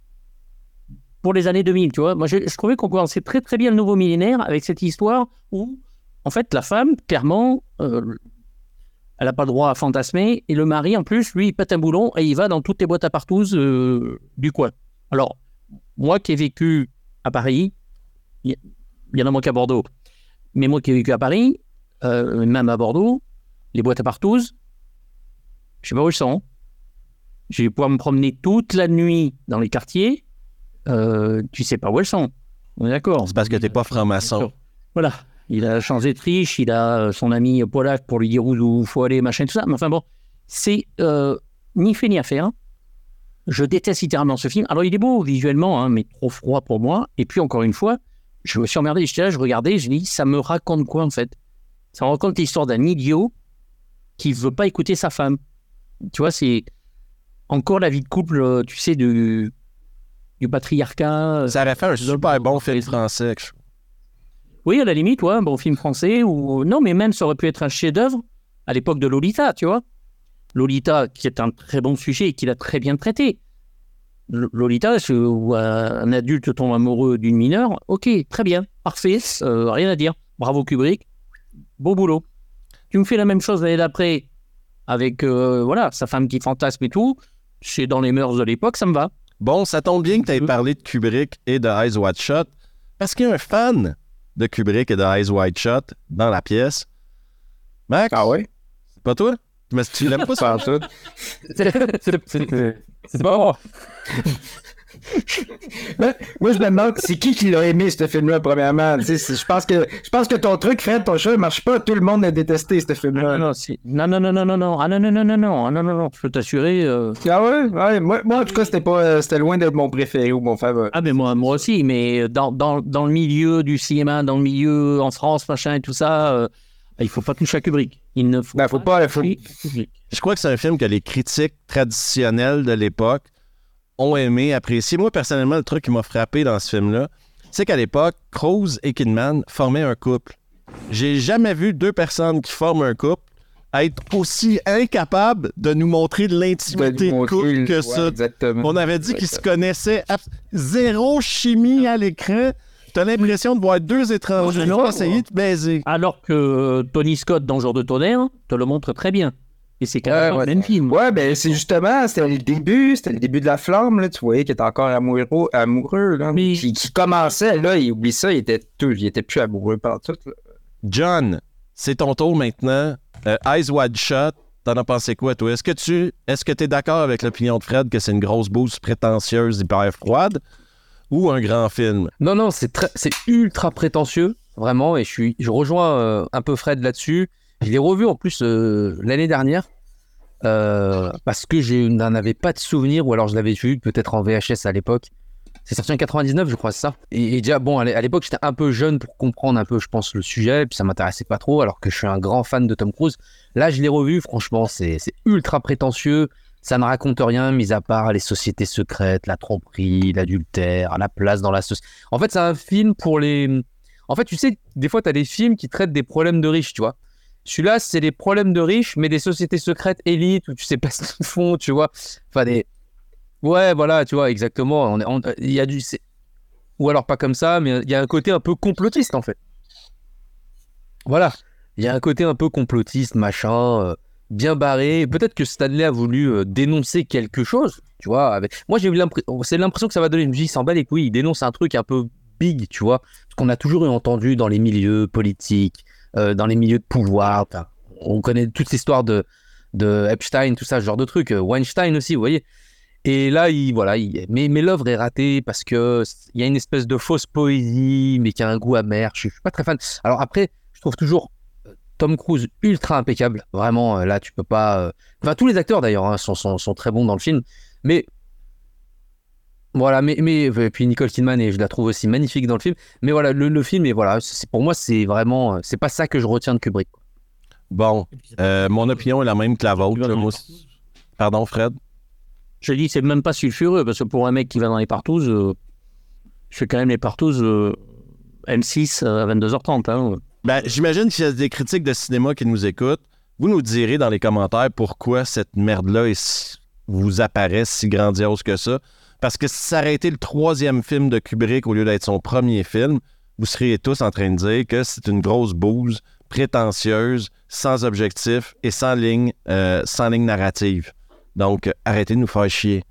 pour les années deux mille, tu vois? Moi, je, je trouvais qu'on commençait très très bien le nouveau millénaire avec cette histoire où, en fait, la femme, clairement, euh, elle n'a pas le droit à fantasmer, et le mari, en plus, lui, il pète un boulon et il va dans toutes les boîtes à partouze euh, du coin. Alors, moi qui ai vécu à Paris, il y, y en a moins qu'à Bordeaux, mais moi qui ai vécu à Paris, euh, même à Bordeaux, les boîtes à partouze, je sais pas où elles sont. Je vais pouvoir me promener toute la nuit dans les quartiers, euh, tu sais pas où elles sont. On est d'accord. C'est parce que t'es pas franc-maçon. Voilà. Il a changé de triche, il a son ami Polak pour lui dire où il faut aller, machin, tout ça. Mais enfin bon, c'est euh, ni fait ni à faire. Je déteste littéralement ce film. Alors il est beau visuellement, hein, mais trop froid pour moi. Et puis encore une fois, je me suis emmerdé, j'étais là, je regardais, je me dis, ça me raconte quoi en fait? Ça me raconte l'histoire d'un idiot qui veut pas écouter sa femme. Tu vois, c'est encore la vie de couple, tu sais, du, du patriarcat. Ça aurait fait un super bon film français. Oui, à la limite, ouais, un bon film français. Ou... Non, mais même, ça aurait pu être un chef-d'œuvre à l'époque de Lolita, tu vois. Lolita, qui est un très bon sujet et qui l'a très bien traité. Lolita, c'est où un adulte tombe amoureux d'une mineure. Ok, très bien, parfait, euh, rien à dire. Bravo Kubrick, beau boulot. Tu me fais la même chose l'année d'après avec euh, voilà, sa femme qui fantasme et tout. C'est dans les mœurs de l'époque, ça me va. Bon, ça tombe bien que tu aies parlé de Kubrick et de Eyes Wide Shut, parce qu'il y a un fan de Kubrick et de Eyes Wide Shut dans la pièce. Max? Ah ouais? C'est pas toi? Mais tu l'aimes pas, ça? Pas tout. C'est pas moi. Moi, je me demande, c'est qui qui l'a aimé, ce film-là, premièrement? Je pense que je pense que ton truc, Fred, ton chat, ne marche pas. Tout le monde a détesté, ce film-là. Non, non, non, non, non, non, non, ah, non, non, non, non, non, non, non, non, je peux t'assurer. Euh... Ah ouais? Ouais, moi, moi, en tout cas, c'était pas, euh, c'était loin d'être mon préféré ou mon favori. Ah, mais moi, moi aussi, mais dans, dans, dans le milieu du cinéma, dans le milieu en France, machin et tout ça, euh, il faut pas toucher à Kubrick. Il ne faut, ben, faut pas... pas faut... Je crois que c'est un film que les critiques traditionnelles de l'époque ont aimé, apprécié. Moi, personnellement, le truc qui m'a frappé dans ce film-là, c'est qu'à l'époque, Cruise et Kidman formaient un couple. J'ai jamais vu deux personnes qui forment un couple être aussi incapables de nous montrer de l'intimité de couple que ça. Ouais, On avait dit qu'ils se connaissaient. Zéro chimie à l'écran. T'as l'impression de voir deux étrangers non, essayer de baiser. Alors que Tony Scott, dans Jour de tonnerre, te le montre très bien. Et c'est quand même ouais, le même film. Ouais, ben c'est justement, c'était le début, c'était le début de la flamme, là, tu voyais qu'il était encore amoureux, amoureux là, Mais... qui, qui commençait, là, il oublie ça, il était, tout, il était plus amoureux partout. Là. John, c'est ton tour maintenant. Euh, Eyes Wide Shut, t'en as pensé quoi, toi? Est-ce que tu est-ce que t'es d'accord avec l'opinion de Fred que c'est une grosse bouse prétentieuse, hyper froide, ou un grand film? Non, non, c'est très, c'est ultra prétentieux, vraiment, et je suis, je rejoins euh, un peu Fred là-dessus. Je l'ai revu en plus euh, l'année dernière, euh, parce que je n'en avais pas de souvenir, ou alors je l'avais vu peut-être en V H S à l'époque. C'est sorti en quatre-vingt-dix-neuf, je crois, c'est ça. Et, et déjà, bon, à l'époque, j'étais un peu jeune pour comprendre un peu, je pense, le sujet, puis ça m'intéressait pas trop, alors que je suis un grand fan de Tom Cruise. Là, je l'ai revu, franchement, c'est, c'est ultra prétentieux. Ça ne raconte rien, mis à part les sociétés secrètes, la tromperie, l'adultère, la place dans la société. En fait, c'est un film pour les... En fait, tu sais, des fois, tu as des films qui traitent des problèmes de riches, tu vois. Celui-là, c'est les problèmes de riches, mais des sociétés secrètes élites où tu sais pas ce qu'ils font, tu vois. Enfin, des... Ouais, voilà, tu vois, exactement. On est, on, il y a du... C'est... Ou alors pas comme ça, mais il y a un côté un peu complotiste, en fait. Voilà. Il y a un côté un peu complotiste, machin... Euh... bien barré. Peut-être que Stanley a voulu euh, dénoncer quelque chose, tu vois. Avec... Moi, j'ai eu l'impression, c'est l'impression que ça va donner. Je me dis, il s'en bat les couilles. Il dénonce un truc un peu big, tu vois. Ce qu'on a toujours entendu dans les milieux politiques, euh, dans les milieux de pouvoir. Enfin, on connaît toute l'histoire de, de Epstein, tout ça, ce genre de truc. Weinstein aussi, vous voyez. Et là, il, voilà, il... Mais, mais l'œuvre est ratée parce qu'il y a une espèce de fausse poésie, mais qui a un goût amer. Je suis pas très fan. Alors après, je trouve toujours Tom Cruise ultra impeccable, vraiment, là tu peux pas... Euh... Enfin tous les acteurs d'ailleurs hein, sont, sont, sont très bons dans le film, mais... Voilà, mais, mais... Et puis Nicole Kidman, et je la trouve aussi magnifique dans le film, mais voilà, le, le film, et voilà, c'est, pour moi c'est vraiment... C'est pas ça que je retiens de Kubrick. Bon, euh, mon opinion est la même que la vôtre. Là, moi, pardon Fred? Je dis c'est même pas sulfureux, parce que pour un mec qui va dans les partouzes, euh, je fais quand même les partouzes euh, M six à vingt-deux heures trente, hein. Ben, j'imagine qu'il y a des critiques de cinéma qui nous écoutent. Vous nous direz dans les commentaires pourquoi cette merde-là est, vous apparaît si grandiose que ça. Parce que si ça aurait été le troisième film de Kubrick au lieu d'être son premier film, vous seriez tous en train de dire que c'est une grosse bouse, prétentieuse, sans objectif et sans ligne, euh, sans ligne narrative. Donc, arrêtez de nous faire chier.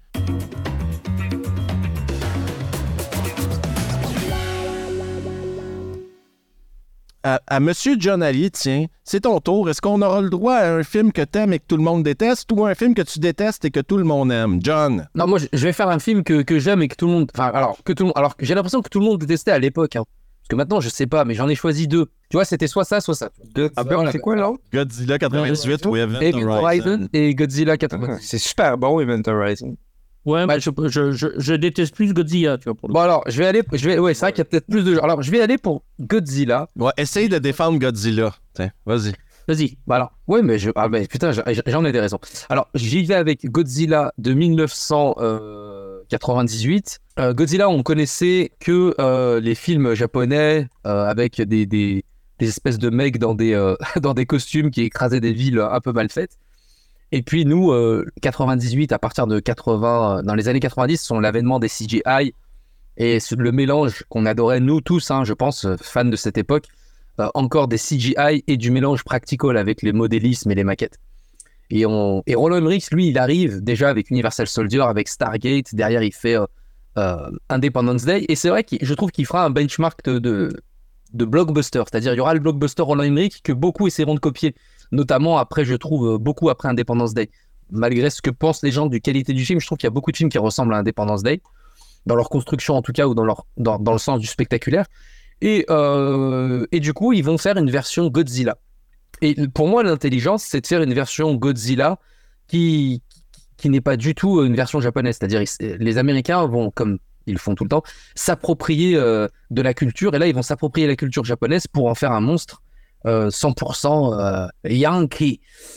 À, à Monsieur John Ali, tiens, c'est ton tour. Est-ce qu'on aura le droit à un film que t'aimes et que tout le monde déteste ou un film que tu détestes et que tout le monde aime? John? Non, moi, je vais faire un film que, que j'aime et que tout le monde... Enfin, alors, que tout le monde... alors j'ai l'impression que tout le monde détestait à l'époque. Hein. Parce que maintenant, je sais pas, mais j'en ai choisi deux. Tu vois, c'était soit ça, soit ça. Ah ben, c'est quoi, là? Godzilla quatre-vingt-dix-huit ou Event Event Horizon. Horizon et Godzilla quatre-vingt-dix. C'est super bon, Event Horizon. Ouais, bah, je, je, je, je déteste plus Godzilla, tu vois. Pour le Bon alors, je vais aller... Je vais... Ouais, c'est vrai qu'il y a peut-être plus de... Alors, je vais aller pour Godzilla. Ouais, essaye de défendre Godzilla. Tiens, vas-y. Vas-y. Bah alors, ouais, mais je... Ah ben, putain, j'en ai des raisons. Alors, j'y vais avec Godzilla de dix-neuf cent quatre-vingt-dix-huit. Euh, Godzilla, on connaissait que euh, les films japonais euh, avec des, des, des espèces de mecs dans des, euh, dans des costumes qui écrasaient des villes un peu mal faites. Et puis nous, euh, quatre-vingt-dix-huit, à partir de quatre-vingts, euh, dans les années quatre-vingt-dix, sont l'avènement des C G I et le mélange qu'on adorait, nous tous, hein, je pense, fans de cette époque, euh, encore des C G I et du mélange practical avec les modélismes et les maquettes. Et, on... et Roland Emmerich, lui, il arrive déjà avec Universal Soldier, avec Stargate, derrière il fait euh, euh, Independence Day, et c'est vrai que je trouve qu'il fera un benchmark de, de, de blockbuster, c'est-à-dire il y aura le blockbuster Roland Emmerich que beaucoup essaieront de copier, notamment après, je trouve, beaucoup après Independence Day. Malgré ce que pensent les gens du qualité du film, je trouve qu'il y a beaucoup de films qui ressemblent à Independence Day, dans leur construction en tout cas, ou dans, leur, dans, dans le sens du spectaculaire. Et, euh, et du coup, ils vont faire une version Godzilla. Et pour moi, l'intelligence, c'est de faire une version Godzilla qui, qui n'est pas du tout une version japonaise. C'est-à-dire, les Américains vont, comme ils le font tout le temps, s'approprier euh, de la culture. Et là, ils vont s'approprier la culture japonaise pour en faire un monstre euh, cent pour cent euh, Yankee.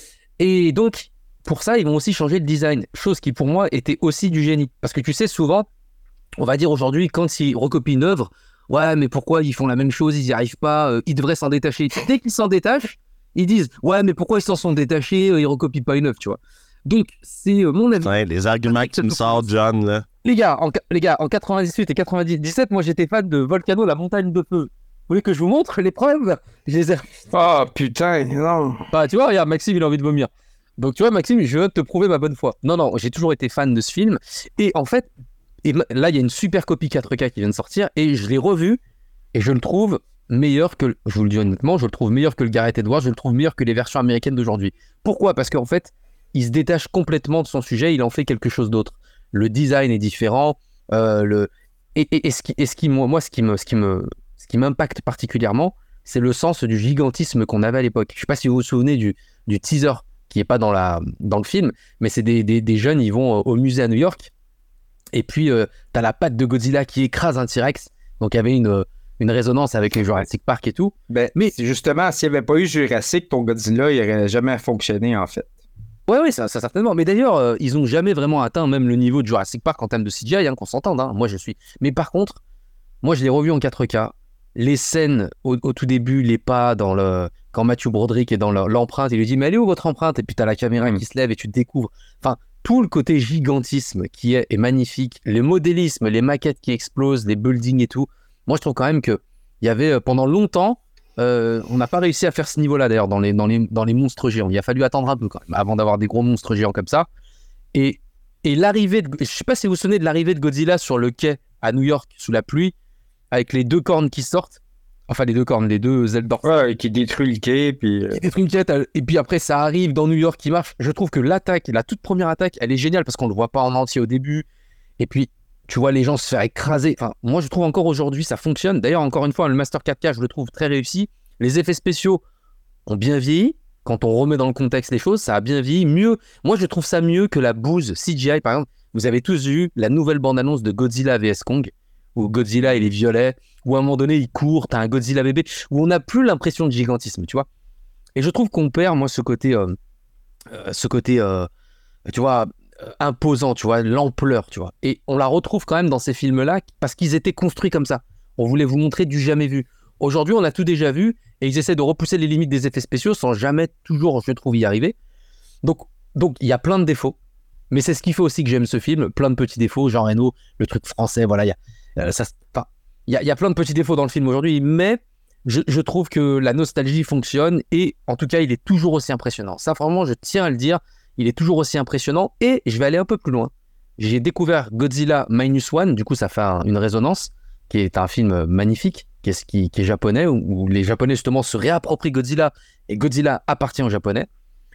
Et donc, pour ça, ils vont aussi changer le design, chose qui pour moi était aussi du génie. Parce que tu sais, souvent, on va dire aujourd'hui, quand ils recopient une œuvre, ouais, mais pourquoi ils font la même chose, ils n'y arrivent pas, euh, ils devraient s'en détacher. Dès qu'ils s'en détachent, ils disent, ouais, mais pourquoi ils s'en sont détachés, euh, ils recopient pas une œuvre, tu vois. Donc, c'est euh, mon avis. Ouais, les arguments que tu me sors, John, là. Les gars, en, les gars, en quatre-vingt-dix-huit et quatre-vingt-dix-sept, moi j'étais fan de Volcano, la montagne de feu. Vous voulez que je vous montre les preuves? Je les ai... Oh putain, non. Bah, tu vois, regarde, Maxime, il a envie de vomir. Donc, tu vois, Maxime, je veux te prouver ma bonne foi. Non, non, j'ai toujours été fan de ce film. Et en fait, et là, il y a une super copie quatre K qui vient de sortir et je l'ai revu et je le trouve meilleur que, je vous le dis honnêtement, je le trouve meilleur que le Gareth Edwards, je le trouve meilleur que les versions américaines d'aujourd'hui. Pourquoi? Parce qu'en fait, il se détache complètement de son sujet, il en fait quelque chose d'autre. Le design est différent, euh, le... et, et, et, ce qui, et ce qui, moi, ce qui me, ce qui me, ce qui m'impacte particulièrement, c'est le sens du gigantisme qu'on avait à l'époque. Je ne sais pas si vous vous souvenez du, du teaser qui n'est pas dans, la, dans le film, mais c'est des, des, des jeunes, ils vont au musée à New York, et puis euh, tu as la patte de Godzilla qui écrase un T-Rex, donc il y avait une, une résonance avec les Jurassic Park et tout. Ben, mais justement, s'il n'y avait pas eu Jurassic, ton Godzilla, il n'aurait jamais fonctionné, en fait. Ouais, oui, ça, ça certainement. Mais d'ailleurs, euh, ils n'ont jamais vraiment atteint même le niveau de Jurassic Park en termes de C G I, hein, qu'on s'entende. Hein. Moi, je suis. Mais par contre, moi, je l'ai revu en quatre K. Les scènes au, au tout début, les pas dans le quand Matthew Broderick est dans le, l'empreinte, il lui dit mais elle est où votre empreinte? Et puis t'as la caméra qui se lève et tu te découvres. Enfin, tout le côté gigantisme qui est, est magnifique, le modélisme, les maquettes qui explosent, les buildings et tout. Moi, je trouve quand même que il y avait pendant longtemps. Euh, on n'a pas réussi à faire ce niveau-là d'ailleurs dans les, dans, les, dans les monstres géants. Il a fallu attendre un peu quand même avant d'avoir des gros monstres géants comme ça. Et, et l'arrivée de, je ne sais pas si vous vous souvenez de l'arrivée de Godzilla sur le quai à New York sous la pluie avec les deux cornes qui sortent. Enfin, les deux cornes, les deux ailes dorsales. Ouais, qui détruit le quai. Puis... Qui détruit le quai. Et puis après, ça arrive dans New York qui marche. Je trouve que l'attaque, la toute première attaque, elle est géniale parce qu'on ne le voit pas en entier au début. Et puis, tu vois les gens se faire écraser. Enfin, moi, je trouve encore aujourd'hui, ça fonctionne. D'ailleurs, encore une fois, le Master quatre K, je le trouve très réussi. Les effets spéciaux ont bien vieilli. Quand on remet dans le contexte les choses, ça a bien vieilli. Mieux. Moi, je trouve ça mieux que la bouse C G I. Par exemple, vous avez tous vu la nouvelle bande-annonce de Godzilla V S Kong, où Godzilla, il est violet, où à un moment donné, il court, t'as un Godzilla bébé, où on n'a plus l'impression de gigantisme, tu vois. Et je trouve qu'on perd, moi, ce côté, euh, euh, ce côté, euh, tu vois, euh, imposant, tu vois, l'ampleur, tu vois. Et on la retrouve quand même dans ces films-là parce qu'ils étaient construits comme ça. On voulait vous montrer du jamais vu. Aujourd'hui, on a tout déjà vu et ils essaient de repousser les limites des effets spéciaux sans jamais toujours, je trouve, y arriver. Donc, donc il y a plein de défauts. Mais c'est ce qui fait aussi que j'aime ce film. Plein de petits défauts. Jean Reno, le truc français, voilà. Il y a, euh, ça, enfin, il y a, il y a plein de petits défauts dans le film aujourd'hui. Mais je, je trouve que la nostalgie fonctionne. Et en tout cas, il est toujours aussi impressionnant. Ça, vraiment, je tiens à le dire. Il est toujours aussi impressionnant. Et je vais aller un peu plus loin. J'ai découvert Godzilla Minus One. Du coup, ça fait un, une résonance, qui est un film magnifique. Qui est, qui, qui est japonais, où, où les Japonais justement se réapproprient Godzilla et Godzilla appartient aux Japonais.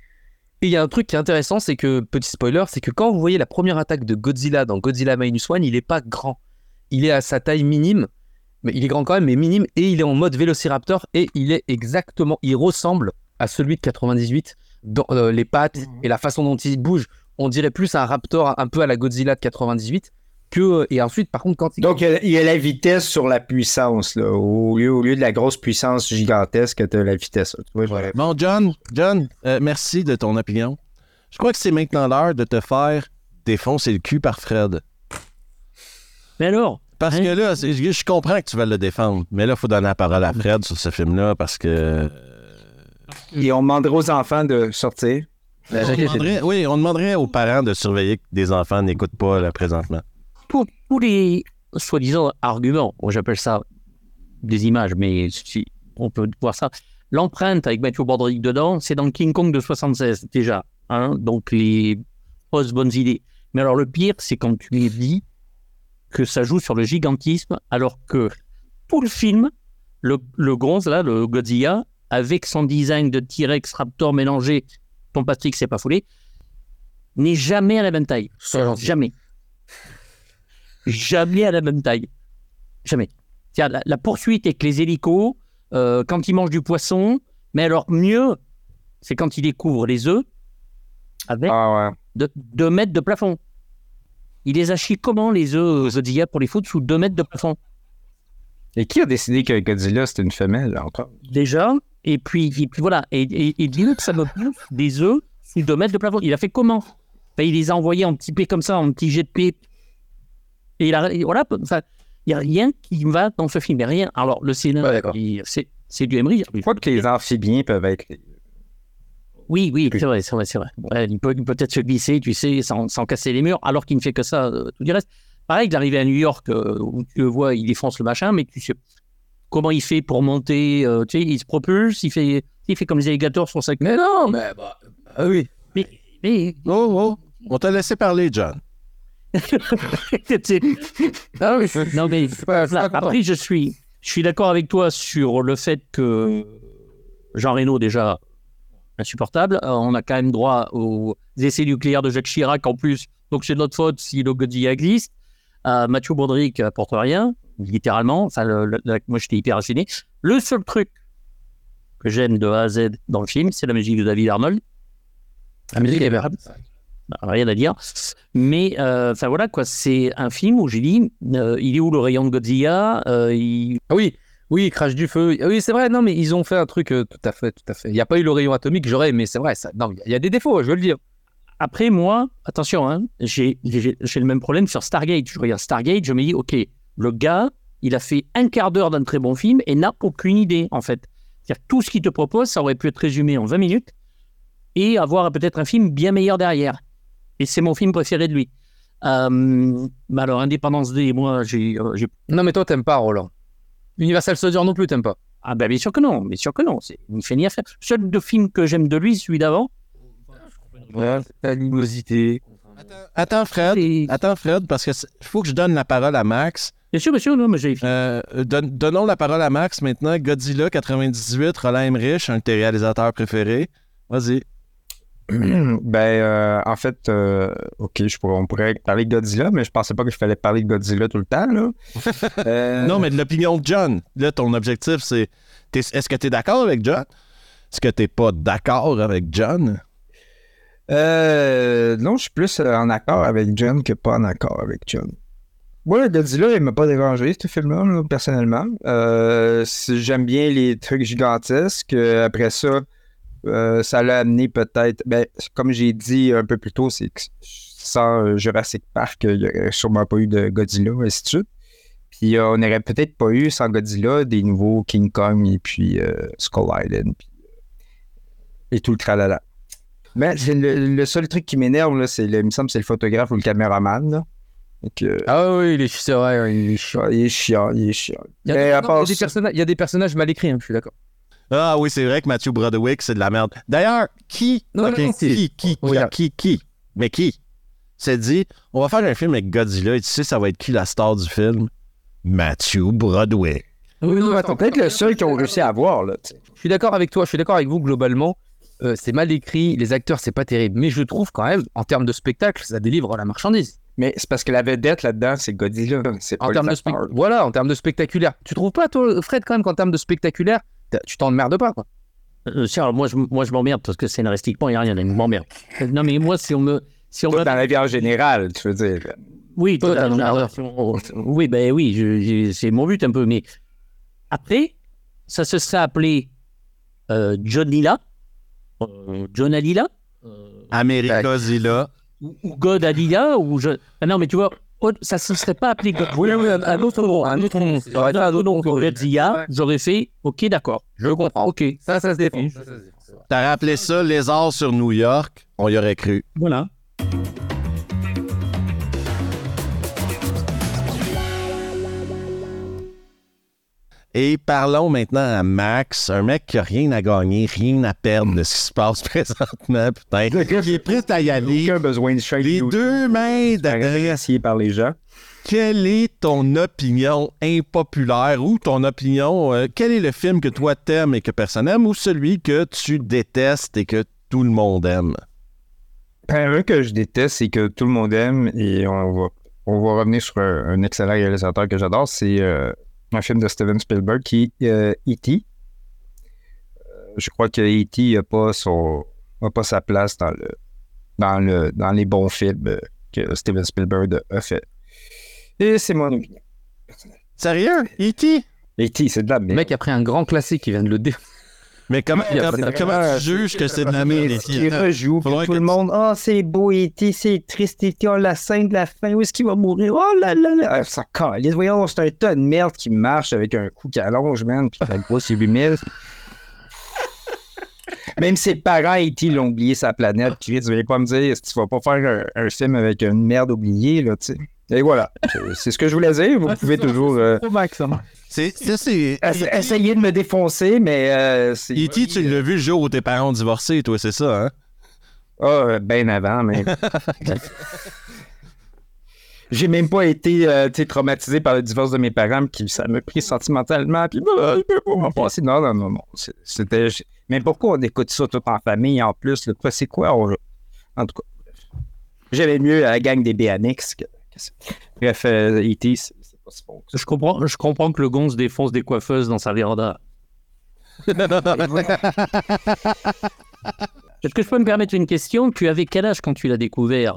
Et il y a un truc qui est intéressant, c'est que, petit spoiler, c'est que quand vous voyez la première attaque de Godzilla dans Godzilla Minus One, il n'est pas grand. Il est à sa taille minime, mais il est grand quand même, mais minime, et il est en mode Vélociraptor, et il est exactement, il ressemble à celui de quatre-vingt-dix-huit, dans euh, les pattes et la façon dont il bouge. On dirait plus un raptor un peu à la Godzilla de quatre-vingt-dix-huit. Que, et ensuite, par contre, quand il... Donc, il y a la vitesse sur la puissance, là. Au lieu, au lieu de la grosse puissance gigantesque, tu as la vitesse. Tu vois, voilà. Bon, John, John euh, merci de ton opinion. Je crois que c'est maintenant l'heure de te faire défoncer le cul par Fred. Mais alors? Parce hein? que là, je, je comprends que tu vas le défendre, mais là, il faut donner la parole à Fred sur ce film-là parce que... Et on demanderait aux enfants de sortir. On demanderait, oui, on demanderait aux parents de surveiller que des enfants n'écoutent pas là, présentement. Pour tous les soi-disant arguments, moi j'appelle ça des images, mais si on peut voir ça, l'empreinte avec Matthew Broderick dedans, c'est dans King Kong de soixante-seize déjà, hein, donc les fausses bonnes idées. Mais alors le pire, c'est quand tu les dis que ça joue sur le gigantisme, alors que tout le film, le, le gonze là, le Godzilla, avec son design de T-Rex Raptor mélangé, ton Patrick s'est pas foulé, n'est jamais à la même taille. Jamais. Jamais à la même taille. Jamais. C'est-à-dire, la, la poursuite avec les hélicos, euh, quand il mange du poisson, mais alors mieux, c'est quand il découvre les œufs avec ah ouais. deux mètres de plafond. Il les a chiés comment, les œufs Godzilla, pour les foutre sous deux mètres de plafond? Et qui a décidé que Godzilla, c'était une femelle, encore? Déjà, et puis, et puis voilà, et, et, et dis-le que ça me pousse des œufs sous deux mètres de plafond. Il a fait comment? Enfin, il les a envoyés en petits P comme ça, en petits jets de P. Et il a, et voilà, enfin, il n'y a rien qui va dans ce film, il n'y a rien. Alors, le scénario, ouais, c'est, c'est du Emery. Je crois que les amphibiens peuvent être... Oui, oui, c'est vrai, c'est vrai, c'est vrai. Ouais, il peut il peut peut-être se glisser, tu sais, sans, sans casser les murs, alors qu'il ne fait que ça, euh, tout du reste. Pareil, d'arriver à New York, euh, où tu le vois, il défonce le machin, mais tu sais comment il fait pour monter, euh, tu sais, il se propulse, il fait, il fait comme les alligators sur sa queue. Mais non, mais bah, ah oui. Mais, mais... Oh, oh, on t'a laissé parler, John. Ah oui. Non, mais pas, là, après, je suis, je suis d'accord avec toi sur le fait que Jean Reno, déjà, insupportable. Euh, on a quand même droit aux essais nucléaires de Jacques Chirac en plus, donc c'est de notre faute si le Godzilla existe. Euh, Mathieu Broderick apporte rien, littéralement. Enfin, le, le, le, moi, j'étais hyper gêné. Le seul truc que j'aime de A à Z dans le film, c'est la musique de David Arnold. La musique est impeccable. Rien à dire. Mais, enfin euh, voilà, quoi, c'est un film où j'ai dit, euh, il est où le rayon de Godzilla euh, il... Ah oui, oui, il crache du feu. Ah oui, c'est vrai, non, mais ils ont fait un truc euh, tout à fait, tout à fait. Il n'y a pas eu le rayon atomique, j'aurais, mais c'est vrai, ça, non, il y a des défauts, je veux le dire. Après, moi, attention, hein, j'ai, j'ai, j'ai le même problème sur Stargate. Je regarde Stargate, je me dis, ok, le gars, il a fait un quart d'heure d'un très bon film et n'a aucune idée, en fait. C'est-à-dire que tout ce qu'il te propose, ça aurait pu être résumé en vingt minutes et avoir peut-être un film bien meilleur derrière. Et c'est mon film préféré de lui. Euh, mais alors, Indépendance D, moi, j'ai, euh, j'ai... Non, mais toi, t'aimes pas, Roland. Universal Soldier non plus, t'aimes pas? Ah ben, bien sûr que non, bien sûr que non. C'est... Il ne fait ni à faire. Le seul de film que j'aime de lui, celui d'avant. Ouais, l'animosité. Attends, attends, Fred. Et... Attends, Fred, parce qu'il faut que je donne la parole à Max. Bien sûr, bien sûr, non, mais j'ai... Euh, don- donnons la parole à Max maintenant. Godzilla quatre-vingt-dix-huit, Roland Emmerich, un de tes réalisateurs préférés. Vas-y. Ben, euh, en fait, euh, OK, je pourrais, on pourrait parler de Godzilla, mais je pensais pas que je fallait parler de Godzilla tout le temps, là. euh... Non, mais de l'opinion de John. Là, ton objectif, c'est... T'es, est-ce que tu es d'accord avec John? Est-ce que tu n'es pas d'accord avec John? Euh, non, je suis plus en accord avec John que pas en accord avec John. Moi, le Godzilla, il m'a pas dérangé, ce film-là, là, personnellement. Euh, j'aime bien les trucs gigantesques. Après ça, Euh, ça l'a amené peut-être, ben, comme j'ai dit un peu plus tôt, c'est que sans Jurassic Park, il n'y aurait sûrement pas eu de Godzilla, et ainsi de suite. Puis euh, on n'aurait peut-être pas eu, sans Godzilla, des nouveaux King Kong et puis euh, Skull Island, puis, euh, et tout le tralala. Mais c'est le, le seul truc qui m'énerve, là, c'est, le, il me semble que c'est le photographe ou le caméraman. Là. Donc, euh, ah oui, il est, c'est vrai, il est chiant. Il est chiant, il est chiant. Il y a, Mais, des, à non, part il y a des ça... personnages, il y a des personnages mal écrits, hein, je suis d'accord. Ah oui, c'est vrai que Matthew Broderick, c'est de la merde. D'ailleurs, qui, non, okay, non, qui, qui, qui, oui, qui, qui, mais qui s'est dit, on va faire un film avec Godzilla et tu sais, ça va être qui la star du film? Matthew Broderick. Oui, non, attends, peut-être le seul qui ont réussi à avoir, là. T'sais. Je suis d'accord avec toi, je suis d'accord avec vous globalement. Euh, c'est mal écrit, les acteurs, c'est pas terrible. Mais je trouve quand même, en termes de spectacle, ça délivre la marchandise. Mais c'est parce que la vedette là-dedans, c'est Godzilla. C'est pas en termes de spe... Voilà, en termes de spectaculaire. Tu trouves pas, toi, Fred, quand même, qu'en termes de spectaculaire, tu t'emmerdes pas, quoi? Euh, Charles, moi je, moi, je m'emmerde parce que scénaristiquement, il n'y a rien, je m'emmerde. Non, mais moi, si on me. Si on toi, me... dans la vie en général, tu veux dire. Oui, toi, toi, dans... oui, ben oui, je, je, c'est mon but un peu. Mais après, ça se serait appelé euh, John Lila, euh, John Alila, euh, America-Zilla, ou, ou God Alila, ou je. Ah non, mais tu vois. Ça ne se serait pas appelé God. Oui, oui, un, un autre nom. Un autre nom. J'aurais fait un autre nom que Godzilla. J'aurais fait, ok, d'accord. Je comprends. Ok. Ça, ça se défend. T'aurais appelé ça Lézard sur New York, on y aurait cru. Voilà. Et parlons maintenant à Max, un mec qui n'a rien à gagner, rien à perdre de ce qui se passe présentement, putain, qui est prêt à y aller. Aucun besoin de chaîne. Les deux mains d'adresse par les gens. Quelle est ton opinion impopulaire ou ton opinion, euh, quel est le film que toi t'aimes et que personne n'aime ou celui que tu détestes et que tout le monde aime? Ben, un que je déteste et que tout le monde aime, et on va, on va revenir sur un, un excellent réalisateur que j'adore, c'est euh, un film de Steven Spielberg qui est euh, E T Euh, je crois que E T n'a pas, son, a pas sa place dans, le, dans, le, dans les bons films que Steven Spielberg a fait. Et c'est mon opinion personnelle. Sérieux? E T E T, c'est de la Le merde. mec a pris un grand classique qui vient de le dé... Mais comment, Il y a comment, vraiment- comment tu juges que c'est de la merde, E T? Il rejoue, puis Faudrait tout que le tu- monde, ah, oh, c'est beau, E T, c'est triste, E T, oh, la scène de la fin, où est-ce qu'il va mourir? Oh là là là! Ah, ça calisse, voyons, c'est un tas de merde qui marche avec un coup qui allonge, man, puis ça grosse c'est huit mille. Même ses parents, E T, l'ont oublié sa planète, puis tu viens pas me dire, est-ce que tu vas pas faire un, un film avec une merde oubliée, là, tu sais. Et voilà, c'est, c'est ce que je voulais dire, vous pouvez toujours euh, max, hein. C'est, ça, c'est... essa- essayer de me défoncer, mais euh, c'est... E T, tu l'as vu le jour où tes parents ont divorcé, toi, c'est ça, hein? Ah, ben avant, mais... J'ai même pas été euh, tu sais, traumatisé par le divorce de mes parents, puis ça m'a pris sentimentalement, puis bah, je peux pas m'en passer. Non, non, non, non. c'est- C'était... Mais pourquoi on écoute ça tout en famille en plus? Là? C'est quoi? On... En tout cas, bref. J'aimais mieux la gang des B M X que... que ça. Bref, euh, E T, c'est c'est pas si bon que ça. Je comprends, je comprends que le gonze défonce des coiffeuses dans sa véranda. Est-ce que je peux me permettre une question? Tu avais quel âge quand tu l'as découvert?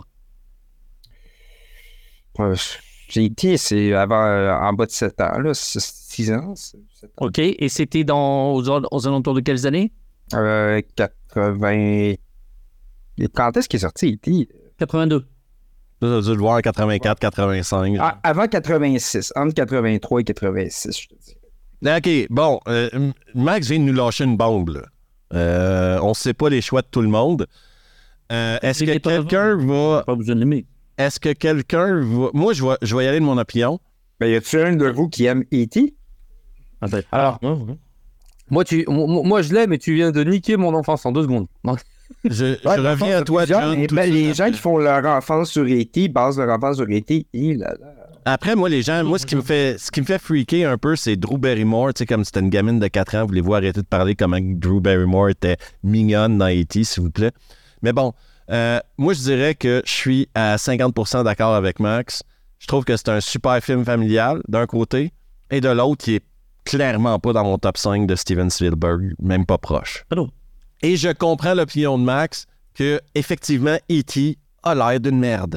Euh, J'ai été, c'est avant, euh, en bas de sept ans, là, six ans, sept ans. Ok, et c'était dans, aux, al- aux alentours de quelles années? Euh, quatre-vingts... Et quand est-ce qu'il est sorti, E T? quatre-vingt-deux. Tu as dû le voir en quatre-vingt-quatre, quatre-vingt-cinq. Ah, avant quatre-vingt-six, entre quatre-vingt-trois et quatre-vingt-six, je te dis. OK, bon, euh, M- Max vient de nous lâcher une bombe, là. Euh, on ne sait pas les choix de tout le monde. Euh, est-ce Je que l'ai pas quelqu'un va... Pas besoin de l'aimer. Est-ce que quelqu'un va... Moi, je vais, je vais y aller de mon opinion. Ben, y a-tu un de vous qui aime E T? Ah ben, Alors, ouais, ouais. moi, tu, mo- mo- moi je l'aime, mais tu viens de niquer mon enfance en deux secondes. Non. Je, je Ouais, reviens à toi, John. mais tout ben, de les suite gens après. qui font leur enfance sur E T, basent leur enfance sur E T, et là, là. Après, moi, les gens, moi, ce qui me fait, ce qui me fait freaker un peu, c'est Drew Barrymore. Tu sais, comme c'était une gamine de quatre ans, voulez-vous arrêter de parler comment Drew Barrymore était mignonne dans E T, s'il vous plaît. Mais bon, euh, moi, je dirais que je suis à cinquante pour cent d'accord avec Max. Je trouve que c'est un super film familial, d'un côté, et de l'autre, qui est clairement pas dans mon top cinq de Steven Spielberg, même pas proche. Ah non. Et je comprends l'opinion de Max que, effectivement, E T a l'air d'une merde.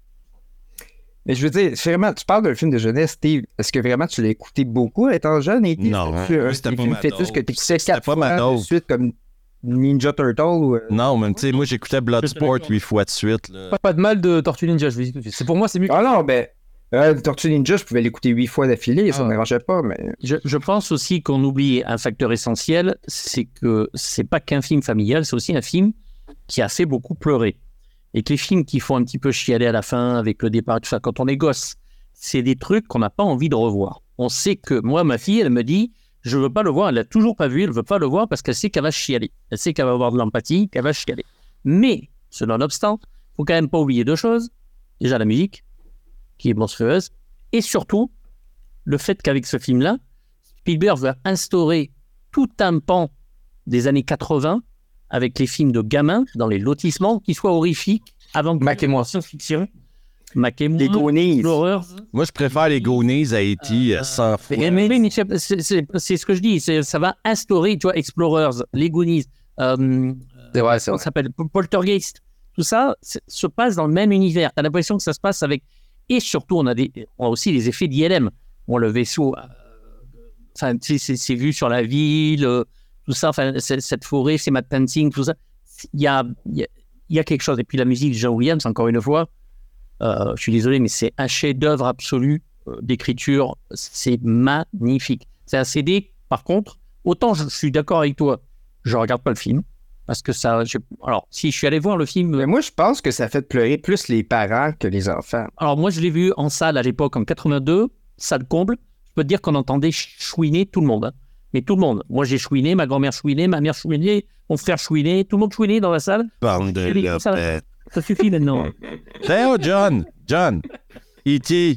Mais je veux dire, vraiment, tu parles d'un film de jeunesse, Steve. Est-ce que vraiment tu l'as écouté beaucoup étant jeune, E T? Non, C'était-tu hein, un c'était des pas films ma fœtus dose. que tu écoutais C'était quatre pas ma fois de dose. suite, comme Ninja Turtle ou... euh, Non, mais tu sais, moi, j'écoutais Bloodsport huit fois de suite. Là. Pas, pas de mal de Tortue Ninja, je vous dis tout de suite. C'est pour moi, c'est mieux. Ah non, ben... Euh, Tortue Ninja, je pouvais l'écouter huit fois d'affilée, ça Ah. ne me dérangeait pas, mais... Je, je pense aussi qu'on oublie un facteur essentiel, c'est que c'est pas qu'un film familial, c'est aussi un film qui a fait beaucoup pleurer. Et que les films qui font un petit peu chialer à la fin, avec le départ, tout ça, quand on est gosse, c'est des trucs qu'on n'a pas envie de revoir. On sait que, moi, ma fille, elle me dit, je veux pas le voir, elle l'a toujours pas vu, elle veut pas le voir parce qu'elle sait qu'elle va chialer. Elle sait qu'elle va avoir de l'empathie, qu'elle va chialer. Mais, cela nonobstant, faut quand même pas oublier deux choses. Déjà, la musique, qui est monstrueuse, et surtout, le fait qu'avec ce film-là, Spielberg veut instaurer tout un pan des années quatre-vingts avec les films de gamins dans les lotissements qui soient horrifiques avant que Mac et moi. science-fiction. Mac et moi, Les Goonies. l'horreur. Moi, je préfère les Goonies à E T euh, cent fois. Mais, mais- mais c'est, c'est- c'est ce que je dis, c'est- ça va instaurer, tu vois, Explorers, les Goonies, euh, C'est vrai, c'est comment vrai. ça s'appelle, Poltergeist, tout ça c'est- se passe dans le même univers. Tu as l'impression que ça se passe avec... Et surtout, on a, des, on a aussi les effets d'I L M. Bon, le vaisseau, euh, enfin, tu sais, c'est, c'est vu sur la ville, euh, tout ça, enfin, c'est- cette forêt, c'est Matt Painting, tout ça. Il y a, il y, a, il y a quelque chose. Et puis la musique de John Williams, encore une fois, euh, je suis désolé, mais c'est un chef-d'œuvre absolu euh, d'écriture. C'est magnifique. C'est un C D, par contre, autant je, je suis d'accord avec toi, je regarde pas le film. Parce que ça. je- alors, si je suis allé voir le film. Mais moi, je pense que ça fait pleurer plus les parents que les enfants. Alors, moi, je l'ai vu en salle à l'époque, en quatre-vingt-deux, salle comble. Je peux te dire qu'on entendait ch- chouiner tout le monde. hein. Mais tout le monde. Moi, j'ai chouiné, ma grand-mère chouinait, ma mère chouinait, mon frère chouinait, tout le monde chouinait dans la salle. Bande de Oui, ça- lopettes. Ça suffit maintenant. Hey, oh, John, John, E T,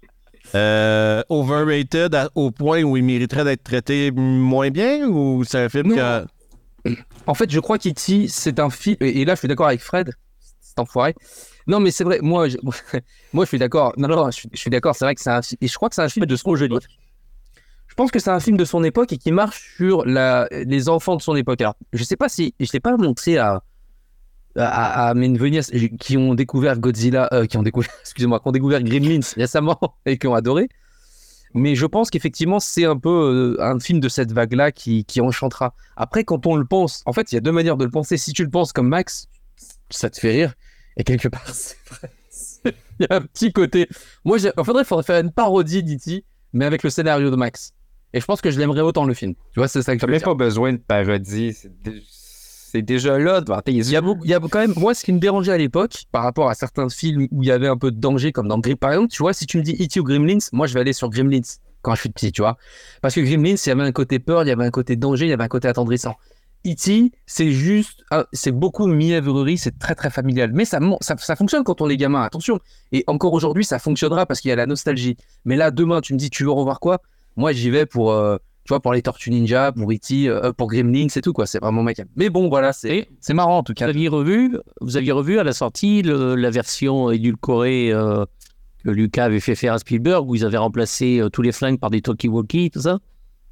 euh, overrated à- au point où il mériterait d'être traité moins bien ou c'est un film Non. que... En fait, je crois qu'E T, c'est un film. Et et là, je suis d'accord avec Fred, cet enfoiré. Non, mais c'est vrai, moi, je, moi, je suis d'accord. Non, non, je, suis- je suis d'accord, c'est vrai que c'est un film. Et je crois que c'est un film de son époque. Je pense que c'est un film de son époque et qui marche sur la, les enfants de son époque. Alors, je sais pas si. Je l'ai pas montré à. À, à mes neveux nièces qui ont découvert Godzilla, euh, qui ont découvert, excusez-moi, qui ont découvert Gremlins récemment et qui ont adoré. Mais je pense qu'effectivement, c'est un peu euh, un film de cette vague-là qui, qui enchantera. Après, quand on le pense, en fait, il y a deux manières de le penser. Si tu le penses comme Max, ça te fait rire. Et quelque part, c'est vrai. Il y a un petit côté. Moi, j'ai... en faudrait, faudrait faire une parodie d'E T, mais avec le scénario de Max. Et je pense que je l'aimerais autant le film. Tu vois, c'est ça que je veux T'as dire. même pas besoin de parodie. C'est, dé... c'est déjà là devant tes yeux. Il y, a beaucoup, il y a quand même, moi, ce qui me dérangeait à l'époque, par rapport à certains films où il y avait un peu de danger, comme dans Gremlins, par exemple, tu vois, si tu me dis E T ou Gremlins, moi, je vais aller sur Gremlins quand je suis petit, tu vois. Parce que Gremlins, il y avait un côté peur, il y avait un côté danger, il y avait un côté attendrissant. E T, c'est juste, ah, c'est beaucoup mièvrerie, c'est très très familial. Mais ça, ça, ça fonctionne quand on est gamin, attention. Et encore aujourd'hui, ça fonctionnera parce qu'il y a la nostalgie. Mais là, demain, tu me dis, tu veux revoir quoi? Moi, j'y vais pour, euh, tu vois, pour les Tortues Ninja, pour E T, euh, pour Gremlins, c'est tout, quoi. C'est vraiment ma cam. Mais bon, voilà, c'est, c'est marrant en tout cas. Vous aviez revu, vous aviez revu à la sortie le, la version édulcorée euh, que Lucas avait fait faire à Spielberg, où ils avaient remplacé euh, tous les flingues par des talkie-walkie, tout ça?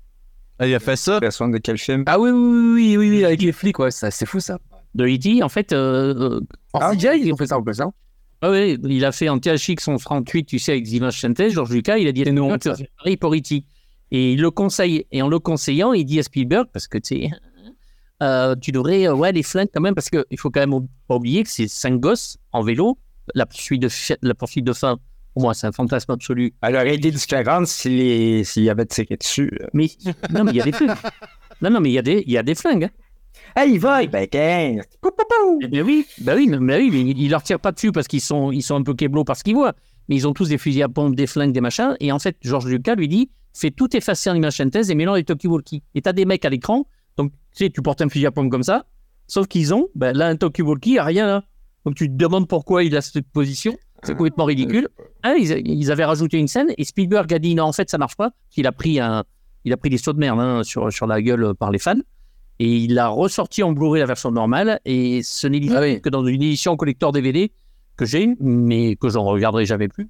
Ah, il a fait ça? Personne de quel film? Ah oui, oui, oui, oui, oui, avec les flics, ouais, ça, c'est fou ça. De E T, en fait. Euh, en ah, C G I, ils ont fait ça en plus, hein. Ah oui, il a fait en T H X son trente-huit, tu sais, avec Dimanche Chantes. Georges Lucas, il a dit à Spielberg que c'est pareil pour E T. Et il le conseille. Et en le conseillant, il dit à Spielberg, parce que tu sais, euh, tu devrais, euh, ouais, les flingues quand même, parce qu'il faut quand même pas oublier que c'est cinq gosses en vélo. La poursuite de, la poursuite de fin, pour moi, c'est un fantasme absolu. Elle aurait été différente s'il, les... s'il y avait tiré dessus. Mais non, mais il y a des flingues. Non, non, mais il y a des, il y a des flingues. Hein. Hey, il va, ben, quinze. Eh bien oui, ben oui, mais oui, mais il leur tire pas dessus parce qu'ils sont, ils sont un peu kéblos parce qu'ils voient. Mais ils ont tous des fusils à pompe, des flingues, des machins. Et en fait, Georges Lucas lui dit, fais tout effacer en image synthèse et mélange les talkie-walkie. Et t'as des mecs à l'écran, donc tu sais, tu portes un fusil à pompe comme ça, sauf qu'ils ont, ben là, un talkie-walkie, il n'y a rien là. Donc tu te demandes pourquoi il a cette position. C'est complètement ridicule. Hein, ils, ils avaient rajouté une scène et Spielberg a dit non, en fait, ça marche pas. Il a pris, un, il a pris des sauts de merde hein, sur, sur la gueule par les fans. Et il a ressorti en Blu-ray la version normale. Et ce n'est ah oui. que dans une édition collector D V D que j'ai, mais que j'en regarderai jamais plus.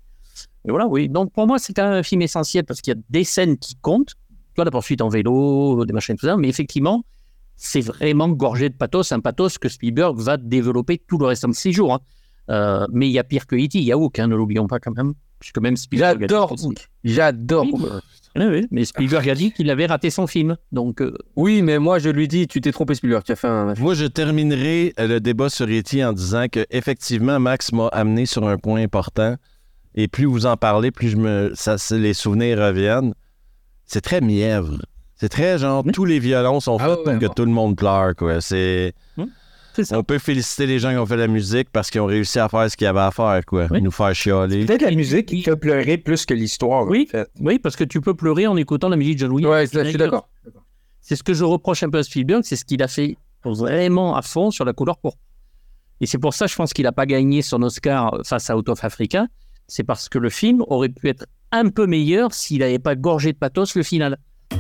Et voilà, oui. Donc pour moi, c'est un film essentiel parce qu'il y a des scènes qui comptent. Tu vois, la poursuite en vélo, des machins, tout ça. Mais effectivement, c'est vraiment gorgé de pathos. Un pathos que Spielberg va développer tout le restant de ses jours. Hein. Euh, mais il y a pire que E T. Il y a Hook, hein, ne l'oublions pas quand même. Puisque même Spielberg. J'adore Hook. J'adore oui, oui, oui, mais Spielberg a dit qu'il avait raté son film. Donc, euh... oui, mais moi, je lui dis, tu t'es trompé, Spielberg. Tu as fait un... Moi, je terminerai le débat sur E T en disant que effectivement, Max m'a amené sur un point important. Et plus vous en parlez, plus je me, ça, les souvenirs reviennent. C'est très mièvre. C'est très genre, oui. tous les violons sont faits ah, ouais, pour ouais, que bon. tout le monde pleure, quoi. C'est... Hum? C'est ça. On peut féliciter les gens qui ont fait la musique parce qu'ils ont réussi à faire ce qu'il y avait à faire, quoi. Oui. Nous faire chialer. Peut-être la musique qui fait pleurer plus que l'histoire, oui. en fait. Oui, parce que tu peux pleurer en écoutant la musique de John Williams. Ouais, je suis d'accord. C'est ce que je reproche un peu à Spielberg, c'est ce qu'il a fait vraiment à fond sur la couleur pourpre. Et c'est pour ça, je pense qu'il n'a pas gagné son Oscar face à Out of Africa. C'est parce que le film aurait pu être un peu meilleur s'il n'avait pas gorgé de pathos le final.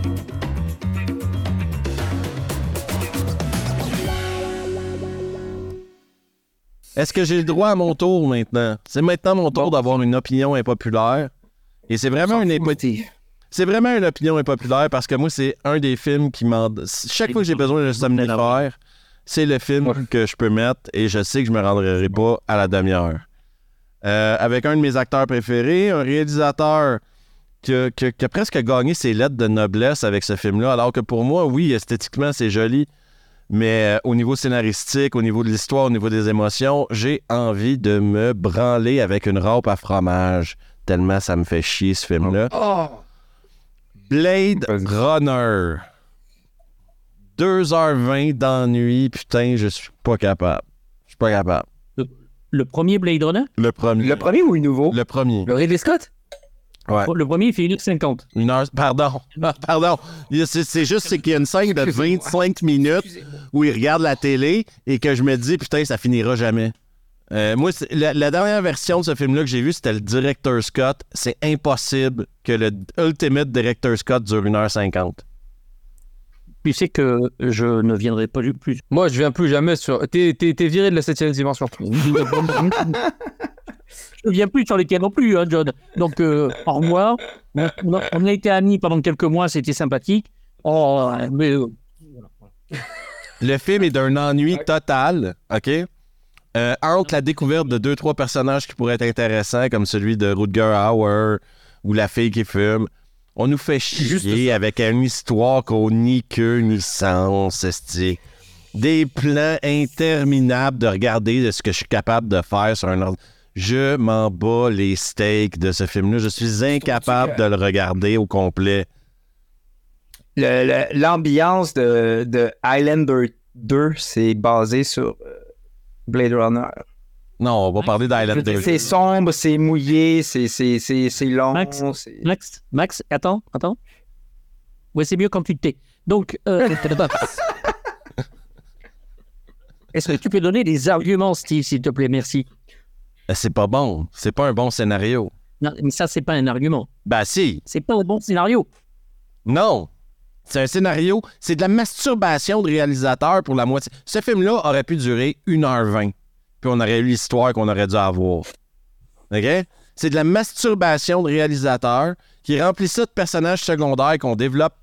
Est-ce que j'ai le droit à mon tour maintenant? C'est maintenant mon tour bon. d'avoir une opinion impopulaire. Et c'est vraiment une impo- C'est vraiment une opinion impopulaire parce que moi, c'est un des films qui m'en... Chaque fois que j'ai besoin de somnifère, c'est le film ouais. que je peux mettre et je sais que je me rendrai pas à la demi-heure. Euh, avec un de mes acteurs préférés, un réalisateur qui a, qui a, qui a presque gagné ses lettres de noblesse avec ce film-là, alors que pour moi, oui, esthétiquement, c'est joli, mais euh, au niveau scénaristique, au niveau de l'histoire, au niveau des émotions, j'ai envie de me branler avec une râpe à fromage, tellement ça me fait chier, ce film-là. Oh. Blade Runner. deux heures vingt d'ennui, putain, je suis pas capable. Je suis pas capable. Le premier Blade Runner? Le premier. Le premier ou le nouveau? Le premier. Le Ridley Scott? Ouais. Le premier, il fait une heure cinquante. Une heure... Pardon. Pardon. C'est, c'est juste c'est qu'il y a une scène de vingt-cinq minutes où il regarde la télé et que je me dis, putain, ça finira jamais. Euh, moi, la, la dernière version de ce film-là que j'ai vu, c'était le Director's Cut. C'est impossible que le Ultimate Director's Cut dure une heure cinquante. Tu sais que je ne viendrai pas plus. Moi, je viens plus jamais sur... T'es, t'es, t'es viré de la septième dimension. Je ne viens plus sur les quais non plus, hein, John. Donc, euh, au revoir. On a, on a été amis pendant quelques mois, c'était sympathique. Oh, mais... Euh, voilà. Le film est d'un ennui total, OK? Euh, entre la découverte de deux, trois personnages qui pourraient être intéressants, comme celui de Rutger Hauer ou la fille qui fume. On nous fait chier avec une histoire qu'on ni queue ni sens, esti. Des plans interminables de regarder de ce que je suis capable de faire sur un ordre. Je m'en bats les steaks de ce film-là. Je suis incapable de le regarder au complet. Le, le, l'ambiance de, de Highlander deux, c'est basé sur Blade Runner. Non, on va parler d'Highlander. C'est sombre, c'est mouillé, c'est, c'est, c'est, c'est long. Max, c'est... Max, Max, attends, attends. Ouais, c'est mieux quand tu te tais. Donc, euh, est-ce que tu peux donner des arguments, Steve, s'il te plaît? Merci. C'est pas bon. C'est pas un bon scénario. Non, mais ça, c'est pas un argument. Ben si. C'est pas un bon scénario. Non. C'est un scénario. C'est de la masturbation de réalisateur pour la moitié. Ce film-là aurait pu durer une heure vingt. Puis on aurait eu l'histoire qu'on aurait dû avoir. OK? C'est de la masturbation de réalisateur qui remplit ça de personnages secondaires qu'on développe.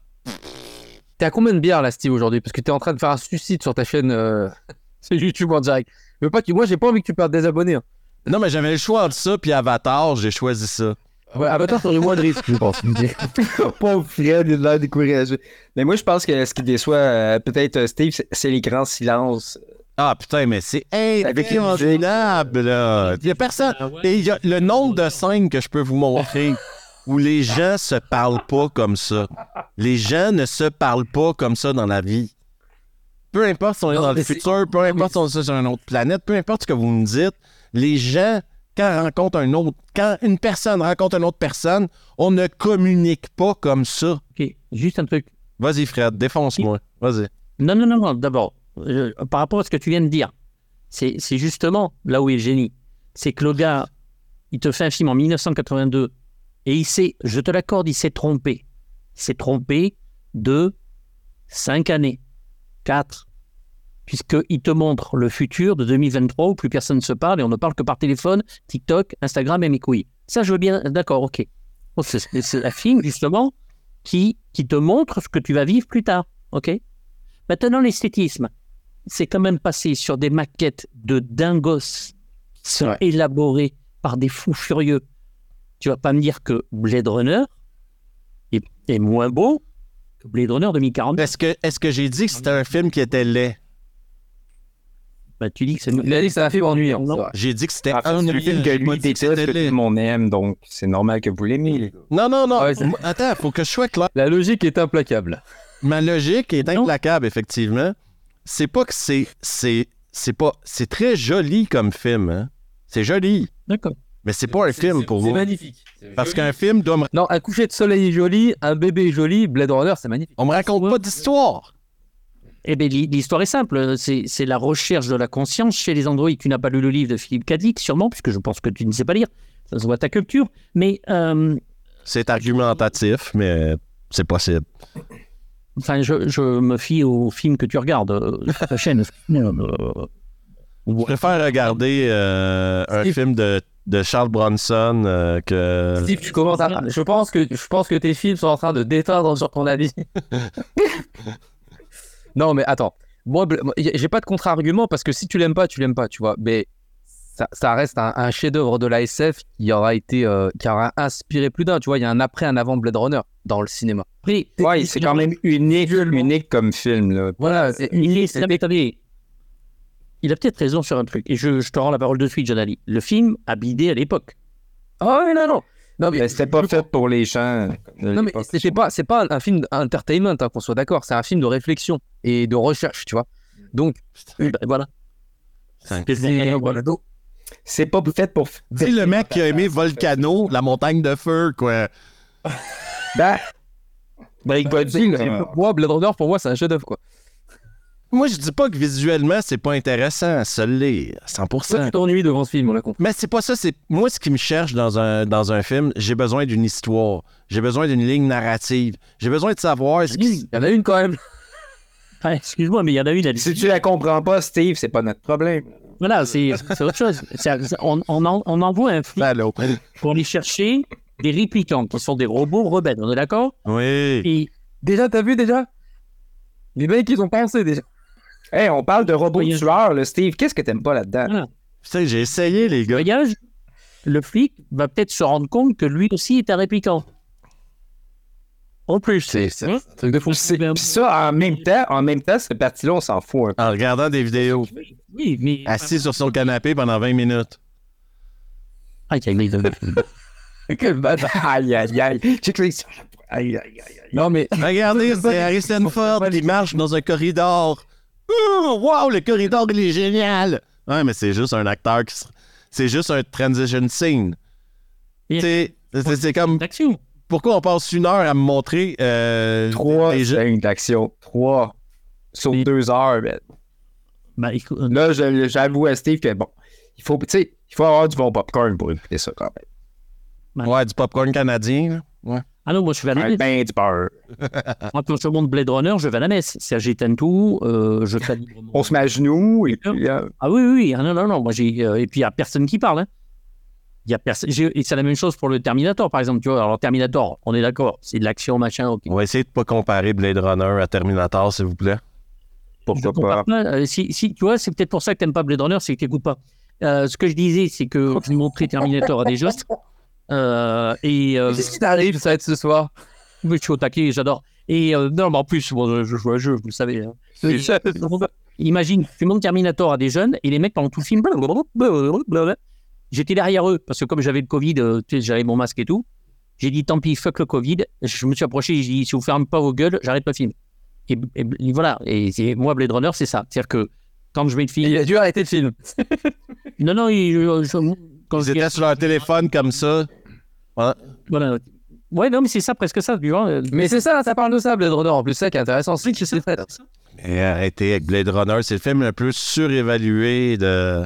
T'es à combien de bières, là, Steve, aujourd'hui? Parce que t'es en train de faire un suicide sur ta chaîne euh... c'est YouTube en direct. Mais pas que... Moi, j'ai pas envie que tu perdes des abonnés. Hein. Non, mais j'avais le choix entre ça puis Avatar. J'ai choisi ça. Ouais, Avatar, t'aurais moins de risques, je pense. Pauvre Fred, il a l'air découragé. Mais moi, je pense que ce qui déçoit euh, peut-être Steve, c'est, c'est les grands silences. Ah, putain, mais c'est incroyable, là. Il y a personne... Il y a le nombre de scènes que je peux vous montrer où les gens se parlent pas comme ça. Les gens ne se parlent pas comme ça dans la vie. Peu importe si on est dans le futur, peu importe si on est sur une autre planète, peu importe ce que vous me dites, les gens, quand, rencontrent un autre, quand une personne rencontre une autre personne, on ne communique pas comme ça. OK, juste un truc. Vas-y, Fred, défonce-moi. Vas-y. Non, non, non, non. D'abord, euh, par rapport à ce que tu viens de dire, c'est, c'est justement là où est le génie. C'est que le gars, il te fait un film en dix-neuf cent quatre-vingt-deux et il s'est, je te l'accorde, il s'est trompé. Il s'est trompé de cinq années, quatre, puisqu'il te montre le futur de deux mille vingt-trois où plus personne ne se parle et on ne parle que par téléphone, TikTok, Instagram et mes couilles. Ça, je veux bien, d'accord, ok. Bon, c'est, c'est un film, justement, qui, qui te montre ce que tu vas vivre plus tard, ok? Maintenant, l'esthétisme, c'est quand même passé sur des maquettes de dingos qui sont élaborées par des fous furieux. Tu vas pas me dire que Blade Runner est, est moins beau que Blade Runner deux mille quarante. Est-ce que, est-ce que j'ai dit que c'était un film qui était laid? Ben, tu dis que c'est... Il a dit que c'est un film ennuyant. J'ai dit que c'était Ah, un film que lui déteste, que tout le monde aime, donc c'est normal que vous l'aimez, les gars. Non, non, non. Ouais, c'est... Attends, faut que je sois clair. La logique est implacable. Ma logique est implacable, effectivement. C'est pas que c'est... C'est, c'est pas... C'est très joli comme film, hein. C'est joli. D'accord. Mais c'est pas un c'est, film c'est, pour c'est vous. magnifique. C'est Parce qu'un film doit me... Non, un coucher de soleil est joli, un bébé est joli, Blade Runner, c'est magnifique. On me raconte pas d'histoire. Eh bien, l'histoire est simple. C'est, c'est la recherche de la conscience chez les androïdes. Tu n'as pas lu le livre de Philippe Cadic, sûrement, puisque je pense que tu ne sais pas lire. Ça se voit à ta culture. Mais... Euh, c'est argumentatif, mais c'est possible. Enfin, je, je me fie au film que tu regardes, euh, la chaîne. Euh, Je préfère regarder euh, un Steve. film de, de Charles Bronson euh, que... Steve, tu commences à... Je pense que, je pense que tes films sont en train de déteindre sur ton avis. Non, mais attends. Moi, j'ai pas de contre-argument parce que si tu l'aimes pas, tu l'aimes pas, tu vois. Mais ça, ça reste un, un chef-d'œuvre de la S F qui aura été, euh, qui aura inspiré plus d'un. Tu vois, il y a un après, un avant Blade Runner dans le cinéma. Après, Ouais, c'est quand même unique, unique comme film, là. Voilà. c'est, il est, c'est, attendez, il a peut-être raison sur un truc. Et je, je te rends la parole de suite, Jonali. Le film a bidé à l'époque. Oh non, non. Non, mais, Mais c'était pas je- fait pour les gens. de Non, mais l'époque. c'était pas, c'est pas un film entertainment, hein, qu'on soit d'accord. C'est un film de réflexion et de recherche, tu vois. Donc, Ben, voilà. C'est- c'est, voilà. Donc, C'est pas fait pour... Dis le mec qui a aimé Volcano, la montagne de feu, quoi. Ben, Break Bad Thing, moi, Blade Runner, pour moi, c'est un chef-d'œuvre, quoi. Moi, je dis pas que visuellement, c'est pas intéressant. Ça l'est, à cent pour Toi, cent. tu t'ennuies devant ce film, on l'a compris. Mais c'est pas ça, c'est... Moi, ce qui me cherche dans un, dans un film, j'ai besoin d'une histoire. J'ai besoin d'une ligne narrative. J'ai besoin de savoir... Ce qui... Il y en a une quand même. Ah, excuse-moi, mais il y en a une. Elle... si tu la comprends pas, Steve, c'est pas notre problème. Voilà, c'est, c'est autre chose. C'est- c'est- on, on, en- on envoie un flic Allô? pour aller chercher des réplicants qui sont des robots rebelles. On est d'accord? Oui. Et Déjà, t'as vu déjà? Les mecs, ils ont pensé déjà. Hey, on parle de robots Voyage. tueurs, là, Steve. Qu'est-ce que t'aimes pas là-dedans? voilà, Putain, j'ai essayé, les gars. voyage, le flic va peut-être se rendre compte que lui aussi est un répliquant. En plus, C'est c'est Hein? un truc de fou. C'est- Puis ça, en même temps, en même temps, cette partie-là, on s'en fout un peu. En regardant des vidéos, Oui, mais... assis sur son canapé pendant vingt minutes. Ah, il y a une- Quel bâtard. Aïe, aïe, aïe. Check les... Aïe, aïe, aïe, aïe. Non, mais Regardez, c'est Harrison Ford, il marche dans un corridor. Oh, wow, le corridor, il est génial. Ouais, mais c'est juste un acteur qui... se- C'est juste un transition scene. Yeah. C'est, c'est, c'est comme... d'action. Pourquoi on passe une heure à me montrer... Euh, Trois des jeux- scènes d'action. Trois. Sur Mais- deux heures, ben. Bah, écoute, Là, je- j'avoue à Steve que, bon, il faut, tu sais, il faut avoir du bon popcorn pour écouter ça, quand même. Ouais, du popcorn canadien. là. Ouais. ah non, moi je vais à la Un messe. bain du beurre. Moi, quand je monte Blade Runner, je vais à la messe. C'est j'éteins tout, euh, je fais librement. On se met à genoux, et puis là, Ah oui, oui, oui. Ah non, non, non. Moi, j'ai, euh, et puis, il n'y a personne qui parle. Hein. Il y a personne. j'ai- Et c'est la même chose pour le Terminator, par exemple. Tu vois, alors, Terminator, on est d'accord. C'est de l'action, machin, ok. On va essayer de pas comparer Blade Runner à Terminator, s'il vous plaît. Je pourquoi comprends pas. pas. Euh, si, si, tu vois, c'est peut-être pour ça que tu n'aimes pas Blade Runner, c'est que tu n'écoutes pas. Euh, ce que je disais, c'est que je montrais Terminator à des jeunes. Euh, et euh, qu'est-ce qui t'arrive, ça va être ce soir? oui, je suis au taquet, j'adore. Et euh, non, mais en plus, bon, je joue à un jeu, vous le savez. Hein. Imagine, tu montes Terminator à des jeunes et les mecs, pendant tout le film, blablabla, j'étais derrière eux parce que comme j'avais le Covid, euh, tu sais, j'avais mon masque et tout. J'ai dit tant pis, fuck le Covid. Je me suis approché, j'ai dit si vous fermez pas vos gueules, j'arrête le film. Et, et- et voilà. Et c'est- moi, Blade Runner, c'est ça. C'est-à-dire que quand je mets le film. Il a dû arrêter le film. Non, non, il- je- je- quand Ils je- étaient sur leur téléphone comme ça. Voilà. Ouais, non, mais c'est ça, presque ça, tu vois. euh, Mais c'est ça, ça parle de ça, Blade Runner. En plus, c'est ça qui est intéressant. C'est que c'est fait. Mais arrêtez avec Blade Runner, c'est le film le plus surévalué de...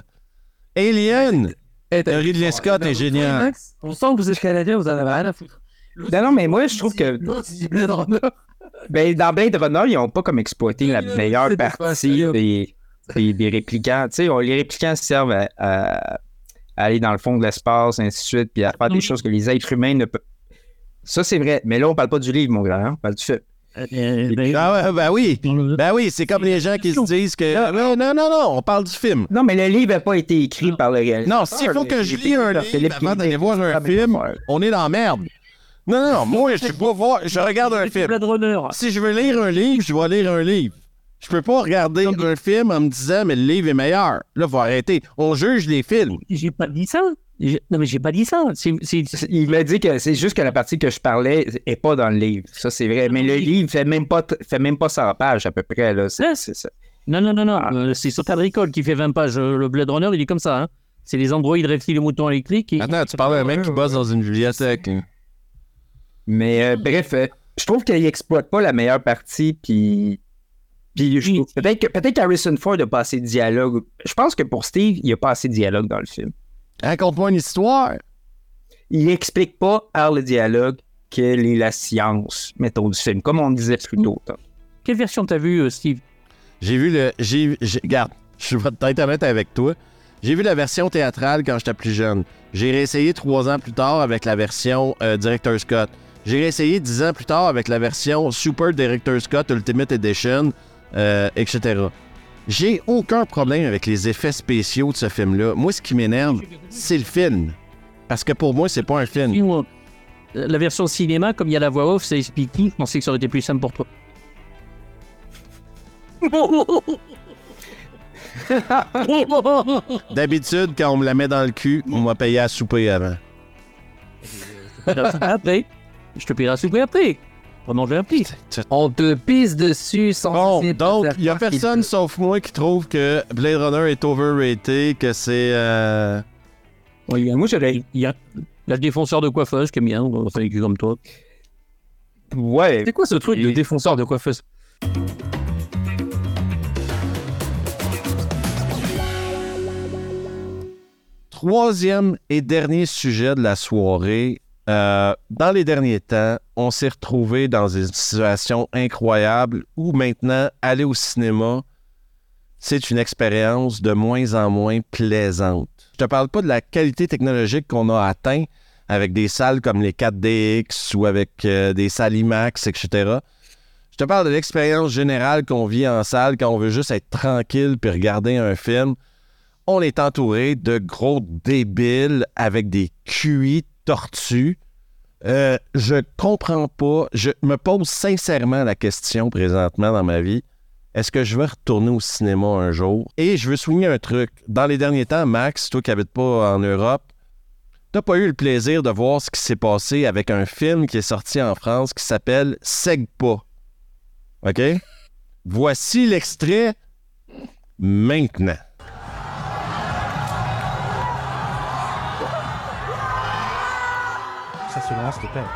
Alien! Eh, t'as- Le Ridley Scott est génial. On sent que vous êtes canadien, vous en avez rien à foutre. Non, non, mais moi, je trouve que Non, tu dis Blade Runner. ben, dans Blade Runner, ils n'ont pas comme exploité la meilleure C'est pas partie sérieux. des, des, des réplicants. Tu sais, on- les réplicants servent à, à- à aller dans le fond de l'espace, ainsi de suite, puis à faire des choses que les êtres humains ne peuvent. Ça, c'est vrai. Mais là, on parle pas du livre, mon grand. hein, On parle du film. euh, euh, ben, Ah ouais, ben oui! dans le- Ben oui, c'est comme les gens qui se disent que... Non, non, non, non, on parle du film. Non, mais le livre n'a pas été écrit par le réalisateur. Non, s'il faut que je lis un livre Philippe avant d'aller voir un film, on est dans la merde. Non, non, non, moi, je suis pas voir... Je regarde un film. Blade Runner. Si je veux lire un livre, je vais lire un livre. Je peux pas regarder un film en me disant, mais le livre est meilleur. Là, faut arrêter. On juge les films. J'ai pas dit ça. J'ai- Non, mais j'ai pas dit ça. C'est, c'est- c'est- Il m'a dit que c'est juste que la partie que je parlais n'est pas dans le livre. Ça, c'est vrai. Mais le livre fait même pas, t- fait même pas cent pages à peu près. Là. C'est, Hein? c'est ça. Non, non, non, non. Ah. euh, c'est Total Recall qui fait vingt pages. Euh, Le Blade Runner, il est comme ça. Hein. C'est les androïdes reptiles et moutons électriques. Et... Attends, tu parles d'un mec qui bosse dans une bibliothèque. Mais euh, bref, euh, je trouve qu'il exploite pas la meilleure partie. Puis, puis je trouve- peut-être, que, peut-être qu'Harrison Ford a pas assez de dialogue. Je pense que pour Steve, il n'y a pas assez de dialogue dans le film. Raconte-moi une histoire. Il explique pas par le dialogue quelle est la science, mettons, du film, comme on disait plus tôt. hein. Quelle version t'as vu, euh, Steve? J'ai vu le... J'ai, j'ai- regarde, je vais être honnête avec toi. J'ai vu la version théâtrale quand j'étais plus jeune. J'ai réessayé trois ans plus tard avec la version euh, Director Scott. J'ai réessayé dix ans plus tard avec la version Super Director Scott Ultimate Edition, euh, et cetera. J'ai aucun problème avec les effets spéciaux de ce film-là. Moi, ce qui m'énerve, c'est le film. Parce que pour moi, c'est pas un film. Dis-moi, euh, La version cinéma, comme il y a la voix off, c'est expliqué. Je pensais que ça aurait été plus simple pour toi. D'habitude, quand on me la met dans le cul, on m'a payé à souper avant. Après, je te paierai à souper après. On manger un prix. On te pisse dessus sans Bon, cesser de donc, faire il y a croire qu'il personne te- sauf moi qui trouve que Blade Runner est overrated, que c'est... euh, Moi, j'aurais. Il y a le défonceur de coiffeuse qui aime bien, on fait les comme toi. Ouais. C'est quoi ce truc de Et- défonceur de coiffeuse? Troisième et dernier sujet de la soirée. Euh, dans les derniers temps, on s'est retrouvé dans une situation incroyable où maintenant, aller au cinéma, c'est une expérience de moins en moins plaisante. Je te parle pas de la qualité technologique qu'on a atteint avec des salles comme les quatre D X ou avec euh, des salles IMAX, et cetera. Je te parle de l'expérience générale qu'on vit en salle quand on veut juste être tranquille puis regarder un film. on est entouré de gros débiles avec des Q I tortues. Euh, je comprends pas. Je me pose sincèrement la question présentement dans ma vie. Est-ce que je vais retourner au cinéma un jour? Et je veux souligner un truc. Dans les derniers temps, Max, toi qui n'habites pas en Europe, t'as pas eu le plaisir de voir ce qui s'est passé avec un film qui est sorti en France qui s'appelle Segpa. OK? Voici l'extrait maintenant. Ça se lance, s'il te plaît.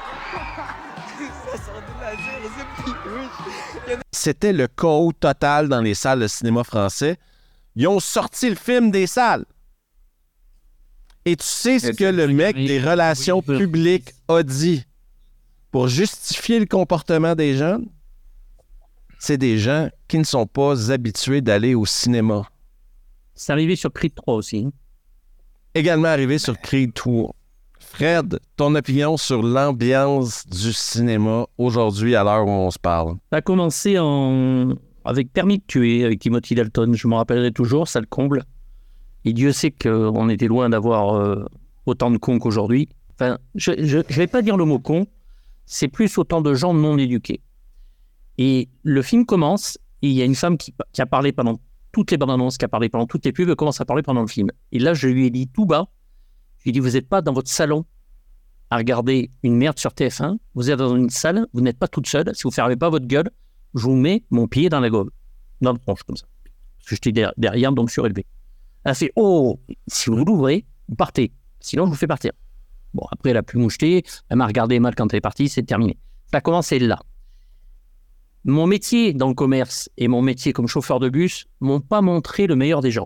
C'était le chaos total dans les salles de cinéma français. Ils ont sorti le film des salles. Et tu sais ce que le mec des relations publiques a dit pour justifier le comportement des jeunes? C'est des gens qui ne sont pas habitués d'aller au cinéma. C'est arrivé sur Creed trois aussi. Hein? Également arrivé sur Creed trois. Fred, ton opinion sur l'ambiance du cinéma aujourd'hui à l'heure où on se parle? Ça a commencé en... avec Permis de tuer, avec Timothy Dalton. Je me rappellerai toujours, ça le comble. Et Dieu sait qu'on était loin d'avoir euh, autant de cons qu'aujourd'hui. Enfin, je ne vais pas dire le mot con, c'est plus autant de gens non éduqués. Et le film commence, et il y a une femme qui, qui a parlé pendant toutes les bandes annonces, qui a parlé pendant toutes les pubs, elle commence à parler pendant le film. Et là, je lui ai dit tout bas, je lui ai dit, vous n'êtes pas dans votre salon à regarder une merde sur T F un, vous êtes dans une salle, vous n'êtes pas toute seule, si vous ne fermez pas votre gueule, je vous mets mon pied dans la gomme, dans le tronche, comme ça. Parce que j'étais derrière, donc surélevé. Elle a fait, oh, si vous l'ouvrez, vous partez, sinon je vous fais partir. Bon, après, elle a pu moucheter, elle m'a regardé mal quand elle est partie, c'est terminé. Ça a commencé là. Mon métier dans le commerce et mon métier comme chauffeur de bus m'ont pas montré le meilleur des gens.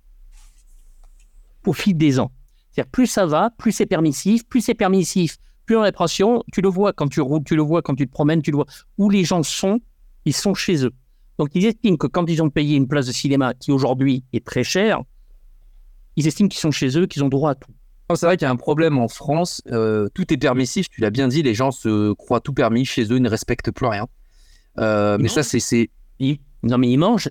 Au fil des ans. C'est-à-dire, plus ça va, plus c'est permissif, plus c'est permissif, plus on a l'impression, tu le vois quand tu roules, tu le vois quand tu te promènes, tu le vois, où les gens sont, ils sont chez eux. Donc, ils estiment que quand ils ont payé une place de cinéma qui aujourd'hui est très chère, ils estiment qu'ils sont chez eux, qu'ils ont droit à tout. C'est vrai qu'il y a un problème en France, euh, tout est permissif, tu l'as bien dit, les gens se croient tout permis chez eux, ils ne respectent plus rien. Euh, mais ça, c'est... c'est... Ils... Non, mais ils mangent.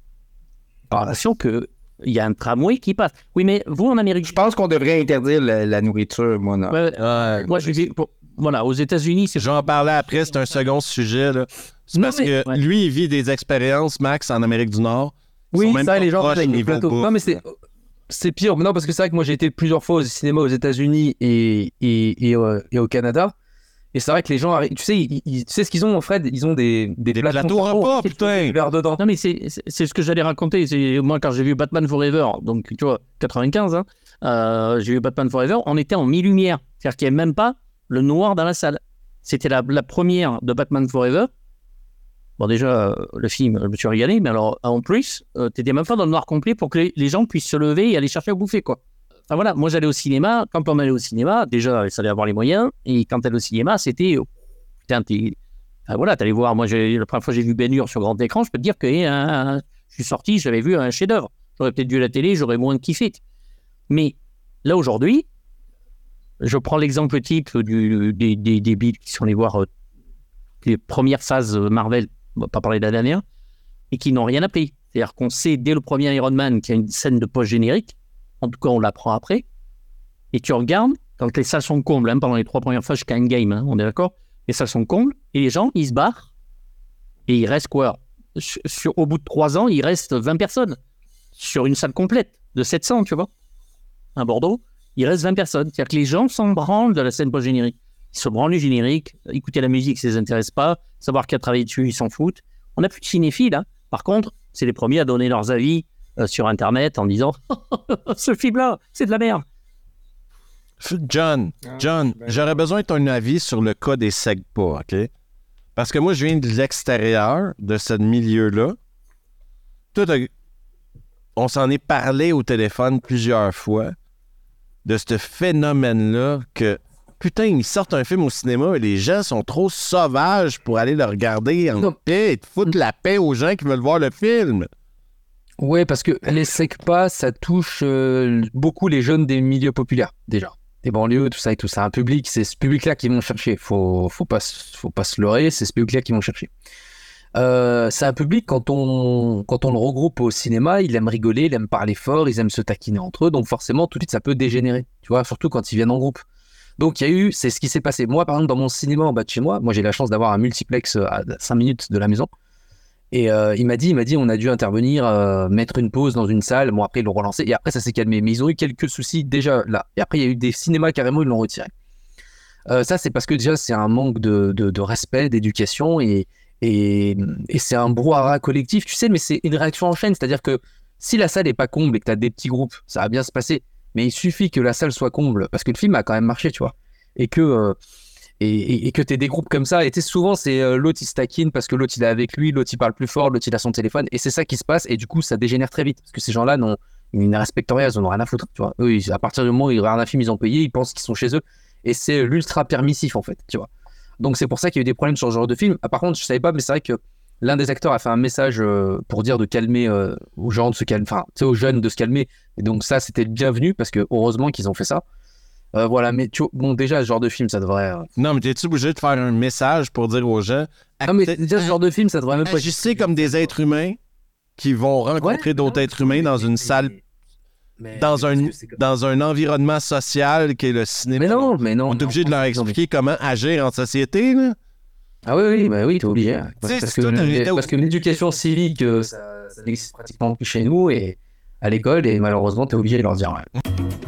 J'ai l'impression qu'il y a un tramway qui passe. Oui, mais vous, en Amérique... Je pense qu'on devrait interdire la, la nourriture, moi, non. Ouais, ouais, moi, je vis... Voilà, aux États-Unis, c'est... J'en parlais après, c'est un second sujet, là. C'est parce mais... que ouais. lui, il vit des expériences, Max, en Amérique du Nord. Oui, ça, les gens... Avec les plateaux. Non, mais c'est... C'est pire. Non, parce que c'est vrai que moi, j'ai été plusieurs fois au cinéma aux États-Unis et, et, et, euh, et au Canada. Et c'est vrai que les gens arrivent. Tu sais, ils, ils, tu sais ce qu'ils ont, Fred? Ils ont des, des, des plateaux repas, putain! Dedans. Non, mais c'est, c'est, c'est ce que j'allais raconter. C'est, moi, quand j'ai vu Batman Forever, donc tu vois, quatre-vingt-quinze, hein, euh, j'ai vu Batman Forever, on était en mi-lumière. C'est-à-dire qu'il n'y avait même pas le noir dans la salle. C'était la, la première de Batman Forever. Bon, déjà, euh, le film, je me suis régalé, mais alors, en plus, euh, t'étais même pas dans le noir complet pour que les, les gens puissent se lever et aller chercher à bouffer, quoi. Enfin voilà, moi j'allais au cinéma, quand on allait au cinéma, déjà, il fallait avoir les moyens, et quand t'allais au cinéma, c'était, oh, putain, t'es... Enfin voilà, t'allais voir, moi, j'ai, la première fois que j'ai vu Ben-Hur sur grand écran, je peux te dire que hein, je suis sorti, j'avais vu un chef-d'œuvre. J'aurais peut-être vu la télé, j'aurais moins kiffé. Mais là, aujourd'hui, je prends l'exemple type du, des, des, des billes qui sont allés voir euh, les premières phases Marvel, on va pas parler de la dernière, et qui n'ont rien appris. C'est-à-dire qu'on sait dès le premier Iron Man qu'il y a une scène de post-générique, en tout cas on l'apprend après, et tu regardes, quand les salles sont combles, hein, pendant les trois premières phases jusqu'à Endgame, hein, on est d'accord, les salles sont combles, et les gens, ils se barrent, et il reste quoi sur, sur, au bout de trois ans, il reste vingt personnes, sur une salle complète, de sept cents, tu vois, à Bordeaux, il reste vingt personnes. C'est-à-dire que les gens s'en branlent de la scène post-générique. Ils se branlent du générique, écouter la musique, ça ne les intéresse pas, savoir qui a travaillé dessus, ils s'en foutent. On n'a plus de cinéphiles, hein. Par contre, c'est les premiers à donner leurs avis euh, sur Internet en disant « Ce film-là, c'est de la merde ». John, John, j'aurais besoin de ton avis sur le cas des Segpa, OK? Parce que moi, je viens de l'extérieur de ce milieu-là. Tout a... On s'en est parlé au téléphone plusieurs fois de ce phénomène-là que putain, ils sortent un film au cinéma et les gens sont trop sauvages pour aller le regarder en non. paix et te foutre la paix aux gens qui veulent voir le film. Oui, parce que les Segpa, ça touche euh, beaucoup les jeunes des milieux populaires, déjà. Des banlieues, tout ça et tout ça. Un public, c'est ce public-là qu'ils vont chercher. Faut, faut pas, faut pas se leurrer, c'est ce public-là qu'ils vont chercher. Euh, c'est un public, quand on, quand on le regroupe au cinéma, il aime rigoler, il aime parler fort, ils aiment se taquiner entre eux, donc forcément, tout de suite, ça peut dégénérer, tu vois, surtout quand ils viennent en groupe. Donc, il y a eu, c'est ce qui s'est passé. Moi, par exemple, dans mon cinéma en bas de chez moi, moi, j'ai la chance d'avoir un multiplex à cinq minutes de la maison. Et euh, il m'a dit, il m'a dit, on a dû intervenir, euh, mettre une pause dans une salle. Bon, après, ils l'ont relancé. Et après, ça s'est calmé. Mais ils ont eu quelques soucis déjà là. Et après, il y a eu des cinémas carrément, ils l'ont retiré. Euh, ça, c'est parce que déjà, c'est un manque de, de, de respect, d'éducation. Et, et, et c'est un brouhaha collectif, tu sais, mais c'est une réaction en chaîne. C'est-à-dire que si la salle n'est pas comble et que tu as des petits groupes, ça va bien se passer. Mais il suffit que la salle soit comble. Parce que le film a quand même marché, tu vois. Et que. Euh, Et, et, et que tu aies des groupes comme ça, et tu sais, souvent c'est euh, l'autre il se taquine parce que l'autre il est avec lui, l'autre il parle plus fort, l'autre il a son téléphone, et c'est ça qui se passe, et du coup ça dégénère très vite parce que ces gens-là n'ont, ils ne respectent rien, ils n'en ont rien à foutre, tu vois. Eux, ils, à partir du moment où ils regardent un film, ils ont payé, ils pensent qu'ils sont chez eux, et c'est l'ultra permissif en fait, tu vois. Donc c'est pour ça qu'il y a eu des problèmes sur ce genre de film. Ah, par contre, je savais pas, mais c'est vrai que l'un des acteurs a fait un message euh, pour dire de calmer euh, aux gens de se calmer, enfin, tu sais, aux jeunes de se calmer, et donc ça c'était le bienvenu parce que heureusement qu'ils ont fait ça. Euh, voilà, mais tu, bon, déjà, ce genre de film, ça devrait. Euh... Non, mais t'es-tu obligé de faire un message pour dire aux gens. Non, mais déjà, ce genre de film, ça devrait même pas. Agissez comme des êtres humains qui vont rencontrer ouais, d'autres non, êtres humains dans une mais, salle, mais, dans, mais un, dans un environnement social qui est le cinéma. Mais non, mais non. On est obligé de leur expliquer mais... comment agir en société, là. Ah oui, oui, bah oui, t'es obligé. Parce, parce, que, que, parce que l'éducation civique, euh, ça, ça n'existe pratiquement plus chez nous et à l'école, et malheureusement, t'es obligé de leur dire. Ouais.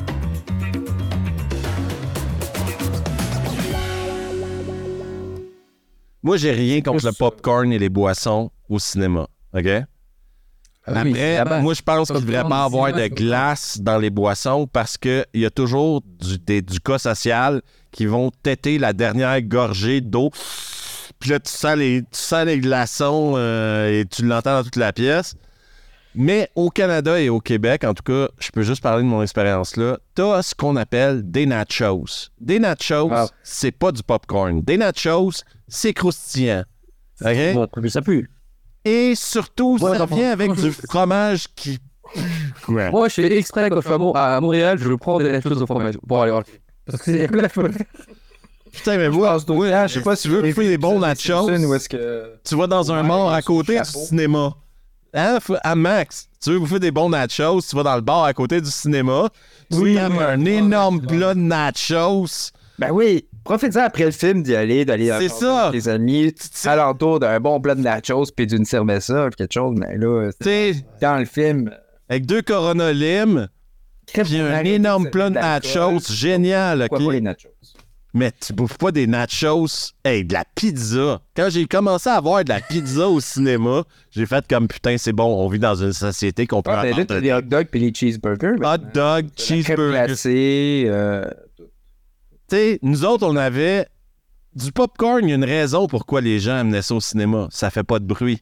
Moi, j'ai rien contre le popcorn et les boissons au cinéma, OK? Ah oui, après, moi, je pense qu'il ne devrait pas avoir de glace dans les boissons parce qu'il y a toujours du, des, du cas social qui vont têter la dernière gorgée d'eau. Puis là, tu sens les, tu sens les glaçons euh, et tu l'entends dans toute la pièce. Mais au Canada et au Québec, en tout cas, je peux juste parler de mon expérience là, t'as ce qu'on appelle des nachos. Des nachos, ah. c'est pas du popcorn. Des nachos, c'est croustillant. OK? Bon, ça pue. Et surtout, ouais, ça vient avec du fromage qui... Ouais. Moi, je fais exprès quand je suis à Montréal, je prends des nachos au fromage. Bon, allez, parce que c'est la folle. Putain, mais moi, ouais, hein, je sais pas si tu veux faire des bons nachos. Que... Tu vas dans un bar à côté du cinéma. Hein, à Max, tu veux bouffer des bons nachos, tu vas dans le bar à côté du cinéma, tu oui, as un énorme plat de nachos. Ben oui, profite-en après le film d'y aller, d'aller avec tes amis, à l'entour d'un bon plat de nachos puis d'une cerveza, quelque chose, mais là, c'est dans le film. Avec deux Corona Lime, puis un énorme plat de nachos, génial, ok? Pourquoi pas les nachos? Mais tu bouffes pas des nachos, hey, de la pizza. Quand j'ai commencé à avoir de la pizza au cinéma, j'ai fait comme putain, c'est bon, on vit dans une société qu'on peut ah, avoir. Ben là, des hot dogs puis les cheeseburgers. Hot dog, cheeseburger. Glacé, euh... Tu sais, nous autres, on avait du popcorn. Il y a une raison pourquoi les gens amenaient ça au cinéma. Ça fait pas de bruit.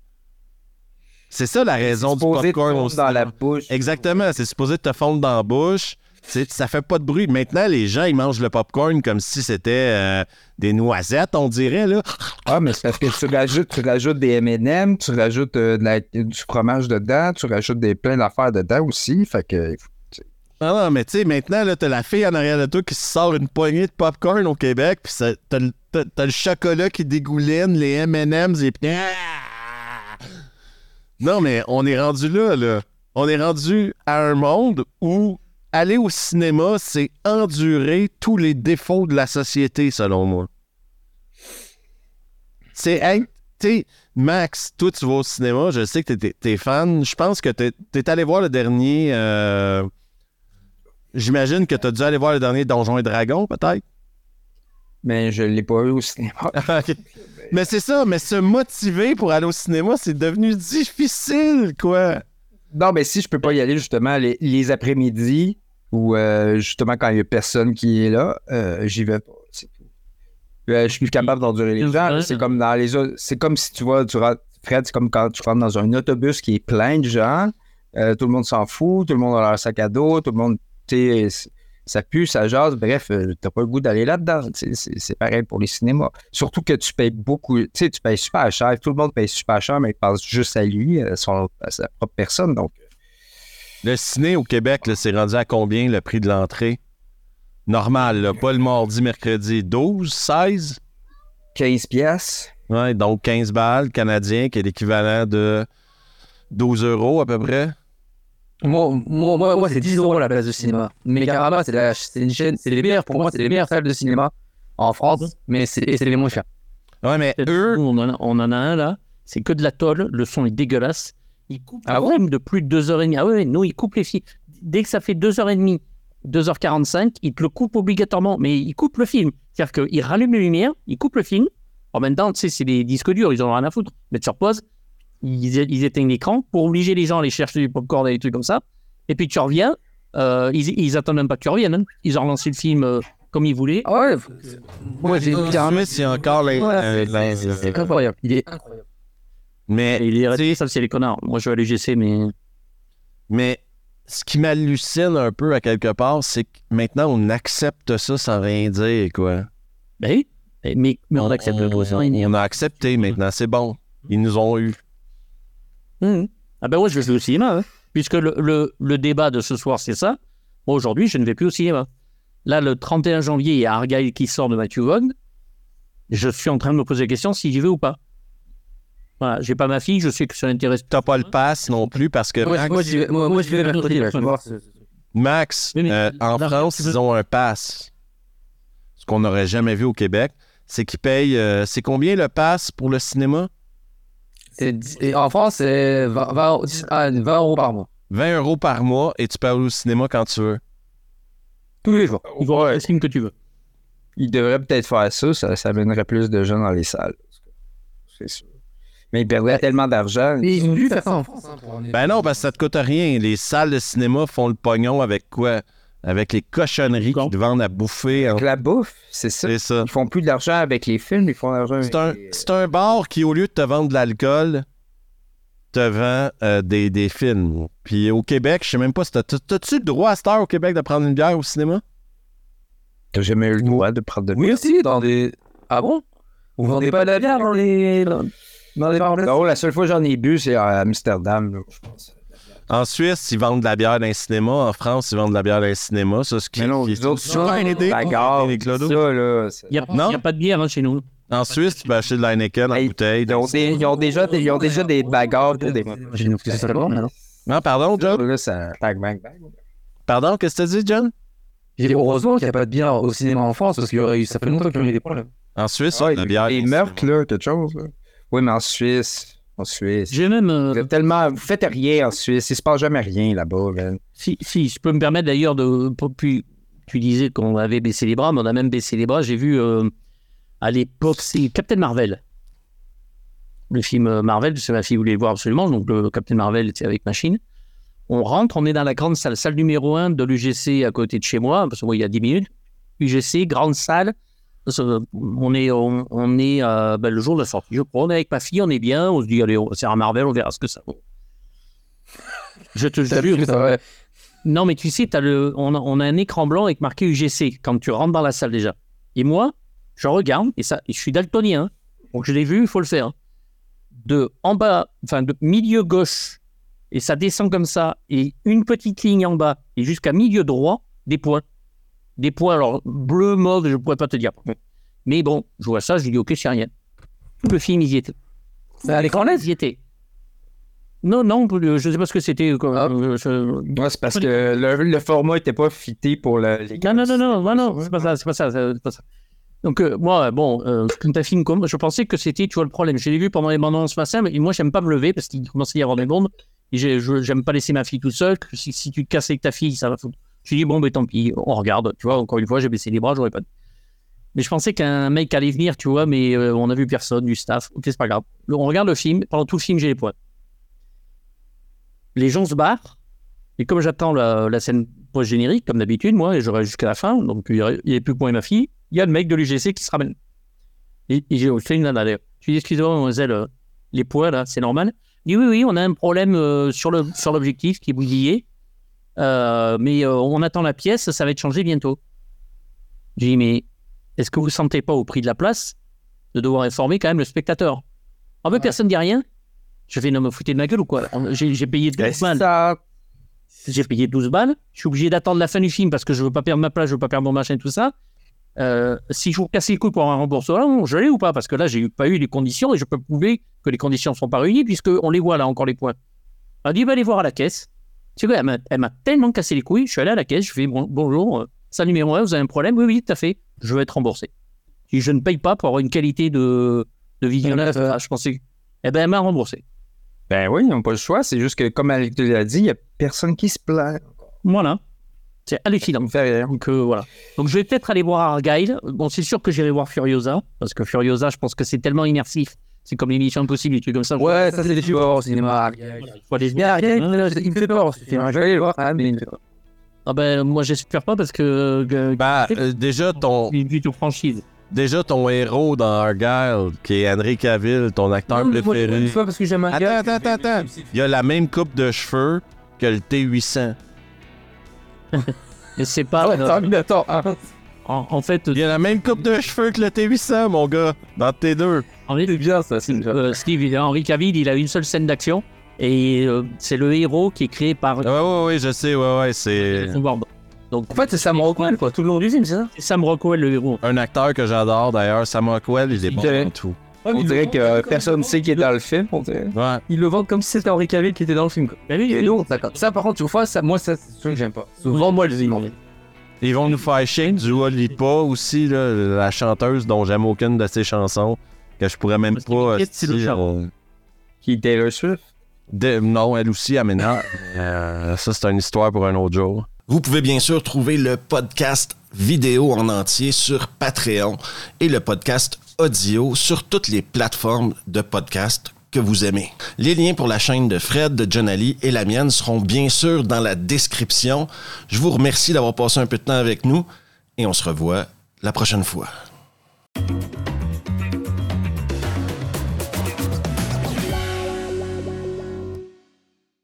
C'est ça la raison du popcorn au cinéma. Dans la bouche. Exactement, c'est supposé te fondre dans la bouche. T'sais, ça fait pas de bruit. Maintenant, les gens, ils mangent le popcorn comme si c'était euh, des noisettes, on dirait, là. Ah, mais c'est parce que tu rajoutes, tu rajoutes des M and M, tu rajoutes euh, de la, du fromage dedans, tu rajoutes des, plein d'affaires dedans aussi, fait que... Ah non, mais tu sais, maintenant, là, t'as la fille en arrière de toi qui sort une poignée de popcorn au Québec, puis ça, t'as, t'as, t'as le chocolat qui dégouline, les M and M's, et puis... Non, mais on est rendu là, là. On est rendu à un monde où aller au cinéma, c'est endurer tous les défauts de la société, selon moi. C'est, hey, tu sais, Max, toi, tu vas au cinéma, je sais que t'es, t'es fan. Je pense que t'es, t'es allé voir le dernier... Euh, j'imagine que t'as dû aller voir le dernier Donjons et Dragons, peut-être? Mais je l'ai pas eu au cinéma. Okay. Mais c'est ça, mais se motiver pour aller au cinéma, c'est devenu difficile, quoi. Non, mais si je peux pas y aller, justement, les, les après-midi, ou euh, justement quand il y a personne qui est là, euh, j'y vais pas. C'est tout. Euh, je suis capable d'endurer les gens. C'est comme dans les autres. C'est comme si tu vois, tu rentres, Fred, c'est comme quand tu rentres dans un autobus qui est plein de gens. Euh, tout le monde s'en fout, tout le monde a leur sac à dos, tout le monde, tu sais, ça pue, ça jase. Bref, euh, t'as pas le goût d'aller là-dedans. C'est, c'est pareil pour les cinémas. Surtout que tu payes beaucoup. Tu sais, tu payes super cher. Tout le monde paye super cher, mais il pense juste à lui, à, son, à sa propre personne. Donc. Le ciné au Québec, là, c'est rendu à combien le prix de l'entrée? Normal, là, pas le mardi, mercredi. douze, seize? quinze piastres. Ouais, donc quinze balles canadiens, qui est l'équivalent de douze euros à peu près. Moi, moi, moi, moi c'est dix euros la place de cinéma. Mais Karama, c'est, la, c'est une chaîne, c'est les meilleures, pour moi, c'est les meilleures salles de cinéma en France, mais c'est, et c'est les moins chers. Ouais, mais eux... Nous, on, en a, on en a un là, c'est que de la tôle, le son est dégueulasse. Ils coupent ah ouais de plus de deux heures trente. Ah ouais, nous, ils coupent les films. Dès que ça fait deux heures trente, deux heures quarante-cinq, ils te le coupent obligatoirement, mais ils coupent le film. C'est-à-dire qu'ils rallument les lumières, ils coupent le film. En même temps, tu sais, c'est des disques durs, ils en ont rien à foutre. Mettre sur pause, ils, ils éteignent l'écran pour obliger les gens à aller chercher du popcorn et des trucs comme ça. Et puis tu reviens, euh, ils, ils attendent même pas que tu reviennes. Hein. Ils ont relancé le film euh, comme ils voulaient. Ah ouais, moi j'ai Carrément, c'est encore les. Ouais, euh, c'est, les- c'est, c'est incroyable. Il est incroyable. Mais, Et il est tu resté, sais, ça c'est les connards. Moi je vais à l'U G C, mais. mais ce qui m'hallucine un peu à quelque part, c'est que maintenant on accepte ça sans rien dire, quoi. Ben oui, mais, mais, mais on accepte le droit. on, on a accepté maintenant, c'est bon. Ils nous ont eu. Mmh. Ah ben moi je vais au cinéma, hein. Puisque le, le, le débat de ce soir c'est ça. Moi aujourd'hui je ne vais plus au cinéma. Là le trente et un janvier, il y a Argyle qui sort de Matthew Vaughn. Je suis en train de me poser la question si j'y vais ou pas. Voilà, j'ai pas ma fille, je sais que ça l'intéresse. T'as pas le pass non plus parce que Moi, Max, moi, j'y vais, moi, moi, j'y vais mercredi, là, je vais voir. ce- Max, Oui, mais- euh, en Non, France, tu veux- ils ont un pass. Ce qu'on n'aurait jamais vu au Québec, c'est qu'ils payent. euh, c'est combien le pass pour le cinéma? C'est, dix- et en France, c'est vingt, vingt, ah, vingt euros par mois. vingt euros par mois et tu peux aller au cinéma quand tu veux. Tous les jours. Il faut voir le film que tu veux. Il devrait peut-être faire ça, ça, ça amènerait plus de gens dans les salles. C'est sûr. Mais il perdrait tellement d'argent. Mais ils ont dû faire ça en France. Hein, pour en- Ben non, parce que ça te coûte rien. Les salles de cinéma font le pognon avec quoi? Avec les cochonneries qu'ils te vendent à bouffer. en- Avec la bouffe, c'est ça. C'est ça. Ils font plus d'argent avec les films, ils font de l'argent avec C'est un, les... c'est un bar qui, au lieu de te vendre de l'alcool, te vend euh, des, des films. Puis au Québec, je sais même pas si t'as... t'as- T'as-tu le droit à cette heure au Québec de prendre une bière au cinéma? T'as jamais eu le droit de prendre de Oui, aussi, dans des. Ah bon? Vous vendez pas de la bière dans les. Dans, dans les bars de- Non, la seule fois que j'en ai bu, c'est à Amsterdam, là, je pense. En Suisse, ils vendent de la bière dans les cinémas. En France, ils vendent de la bière dans les cinémas. Ça, ce qui, Mais non, qui les autres, super aidé. bagarre, Les tout clodos. ça, là. c'est- Il n'y a, Non. il y a pas de bière hein, chez nous. En Suisse, tu peux acheter de la Heineken en Hey, bouteille. Ils ont, des- ils ont déjà, des, ils ont déjà des bagarres pour des... J'ai une c'est ça le bord, maintenant. Non, pardon, John? Là, ça... Bang, bang, bang. Pardon, qu'est-ce que tu as dit, John? J'ai dit, heureusement qu'il n'y a pas de bière au cinéma en France, parce qu'il y aurait eu, ça fait longtemps qu'il y aurait eu des problèmes. En Suisse, Ouais, la bière. les meurtres, là, quelque chose, là. Oui, mais en Suisse, en Suisse... J'ai même. euh, Vous êtes tellement... Vous faites rien en Suisse, il se passe jamais rien là-bas, man. Si, si, je peux me permettre d'ailleurs de. pour- Puis, tu disais qu'on avait baissé les bras, mais on a même baissé les bras. J'ai vu euh, à l'époque, c'est Captain Marvel. Le film euh, Marvel, parce que ma fille voulait le voir absolument. Donc, le Captain Marvel, c'est avec machine. On rentre, on est dans la grande salle, salle numéro un de l'U G C à côté de chez moi, parce que moi, il y a dix minutes. U G C, grande salle. Parce que On est, on, on est euh, ben, le jour de la sortie. Je crois, on est avec ma fille, on est bien. On se dit, allez, on- c'est un Marvel, on verra ce que ça vaut. Je te T'as jure. vu, ça, ouais. Non, mais tu sais, t'as le, on, a, on a un écran blanc avec marqué U G C quand tu rentres dans la salle déjà. Et moi, je regarde, et ça, et je suis daltonien, hein. Donc je l'ai vu, il faut le faire. hein. De en bas, enfin de milieu gauche, et ça descend comme ça, et une petite ligne en bas, et jusqu'à milieu droit, des points. Des points, alors bleu, mauve, je ne pourrais pas te dire. Mais bon, je vois ça, je dis ok, c'est rien. Tout le film, ils y étaient. C'est à l'écran L E D? Ils y étaient. Non, non, je ne sais pas ce que c'était. quoi. Ah. Euh, je- Ouais, c'est parce que le, le format était pas fité pour le, les Non, non, non, non, non, non, c'est pas ça, c'est pas ça, c'est pas ça. Donc, euh, moi, bon, euh, quand un film comme je pensais que c'était, tu vois, le problème. Je l'ai vu pendant les bandes annonces ce matin, mais moi, j'aime pas me lever parce qu'il commençait à y avoir des bombes. Et j'ai- je- j'aime pas laisser ma fille toute seule. que Si, si tu te casses avec ta fille, ça va foutre. Je dis, bon, ben tant pis, on regarde. Tu vois, encore une fois, j'ai baissé les bras, j'aurais pas. Mais je pensais qu'un mec allait venir, tu vois, mais euh, on a vu personne, du staff. Ok, c'est pas grave. Le- On regarde le film, pendant tout le film, j'ai les points. Les gens se barrent. Et comme j'attends la, la scène post-générique, comme d'habitude, moi, et j'aurai jusqu'à la fin, donc il n'y a plus que moi et ma fille, il y a le mec de l'U G C qui se ramène. Et, et j'ai fait une nana d'ailleurs. Je lui dis, excusez-moi, mademoiselle, euh, les points, là, c'est normal. Il dit, oui, oui, on a un problème euh, sur, le, sur l'objectif qui est bousillé, euh, mais euh, on attend la pièce, ça va être changé bientôt. J'ai dit, mais est-ce que vous ne sentez pas au prix de la place de devoir informer quand même le spectateur? En fait, Ouais. personne ne dit rien. Je fais, non, me foutez de ma gueule ou quoi? J'ai, j'ai payé douze balles. Ça... J'ai payé douze balles. Je suis obligé d'attendre la fin du film parce que je veux pas perdre ma place, je veux pas perdre mon machin et tout ça. Euh, si je vous casse les couilles pour un remboursement, je l'ai ou pas? Parce que là, j'ai pas eu les conditions et je peux prouver que les conditions ne sont pas réunies puisqu'on les voit là, encore les points. Elle dit, va aller voir à la caisse. Tu sais, elle m'a, elle m'a tellement cassé les couilles, je suis allé à la caisse, je fais, bon, bonjour, euh, ça numéro un, vous avez un problème? Oui, oui, tout à fait, je veux être remboursé. Si je ne paye pas pour avoir une qualité de, de visionnage, euh, je pensais, eh ben, elle m'a remboursé. Ben oui, ils n'ont pas le choix, c'est juste que, comme Alex te l'a dit, il n'y a personne qui se plaint. Voilà. C'est hallucinant. Donc, euh, voilà. Donc, je vais peut-être aller voir Argyle. Bon, c'est sûr que j'irai voir Furiosa, parce que Furiosa, je pense que c'est tellement immersif. C'est comme l'émission Impossible, des trucs comme ça. Ouais, ça, c'est des supports au cinéma. Voilà, il faut aller Mais Argyle, il me fait peur. Je vais aller le voir, hein, mais il me fait peur. Ah ben, moi, j'espère pas, parce que... Euh, Ben, euh, déjà, ton... Vu toute franchise. Déjà, ton héros dans Argyle, qui est Henry Cavill, ton acteur Non, préféré. une fois parce que j'aime un Attends, gars. attends, attends, attends. Il a la même coupe de cheveux que le T huit cents. Et c'est pas... Ah ouais, euh, Terminator. hein. en, en fait, Il a la même coupe de cheveux que le T huit cents, mon gars, dans T deux. en fait, C'est bien ça, c'est bien. euh, Steve, il- Henry Cavill, il a une seule scène d'action. Et euh, c'est le héros qui est créé par... Ouais, ouais, ouais, je sais, ouais, ouais, c'est Donc, En fait, c'est Sam Rockwell, quoi, tout le long du film, c'est ça? c'est Sam Rockwell, le héros. un acteur que j'adore, d'ailleurs. Sam Rockwell, il est bon dirait- dans tout. On dirait que euh, personne ne sait qui est dans le film. On dirait. Ouais. Ils le vendent comme si c'était Henry Cavill qui était dans le film, quoi. Ben oui, Et oui. non, d'accord. Ça, par contre, tu vois, ça, moi, ça, c'est sûr que j'aime pas. Souvent, moi, je dis non. Ils vont nous faire chier du Lipa aussi, là, la chanteuse dont j'aime aucune de ses chansons, que je pourrais même Parce que pas... Kate, c'est le esti, charme. euh, Qui est Taylor Swift. de- non, elle aussi, elle m'énerve. Euh, ça, c'est une histoire pour un autre jour. Vous pouvez bien sûr trouver le podcast vidéo en entier sur Patreon et le podcast audio sur toutes les plateformes de podcast que vous aimez. Les liens pour la chaîne de Fred, de John Ali et la mienne seront bien sûr dans la description. Je vous remercie d'avoir passé un peu de temps avec nous et on se revoit la prochaine fois.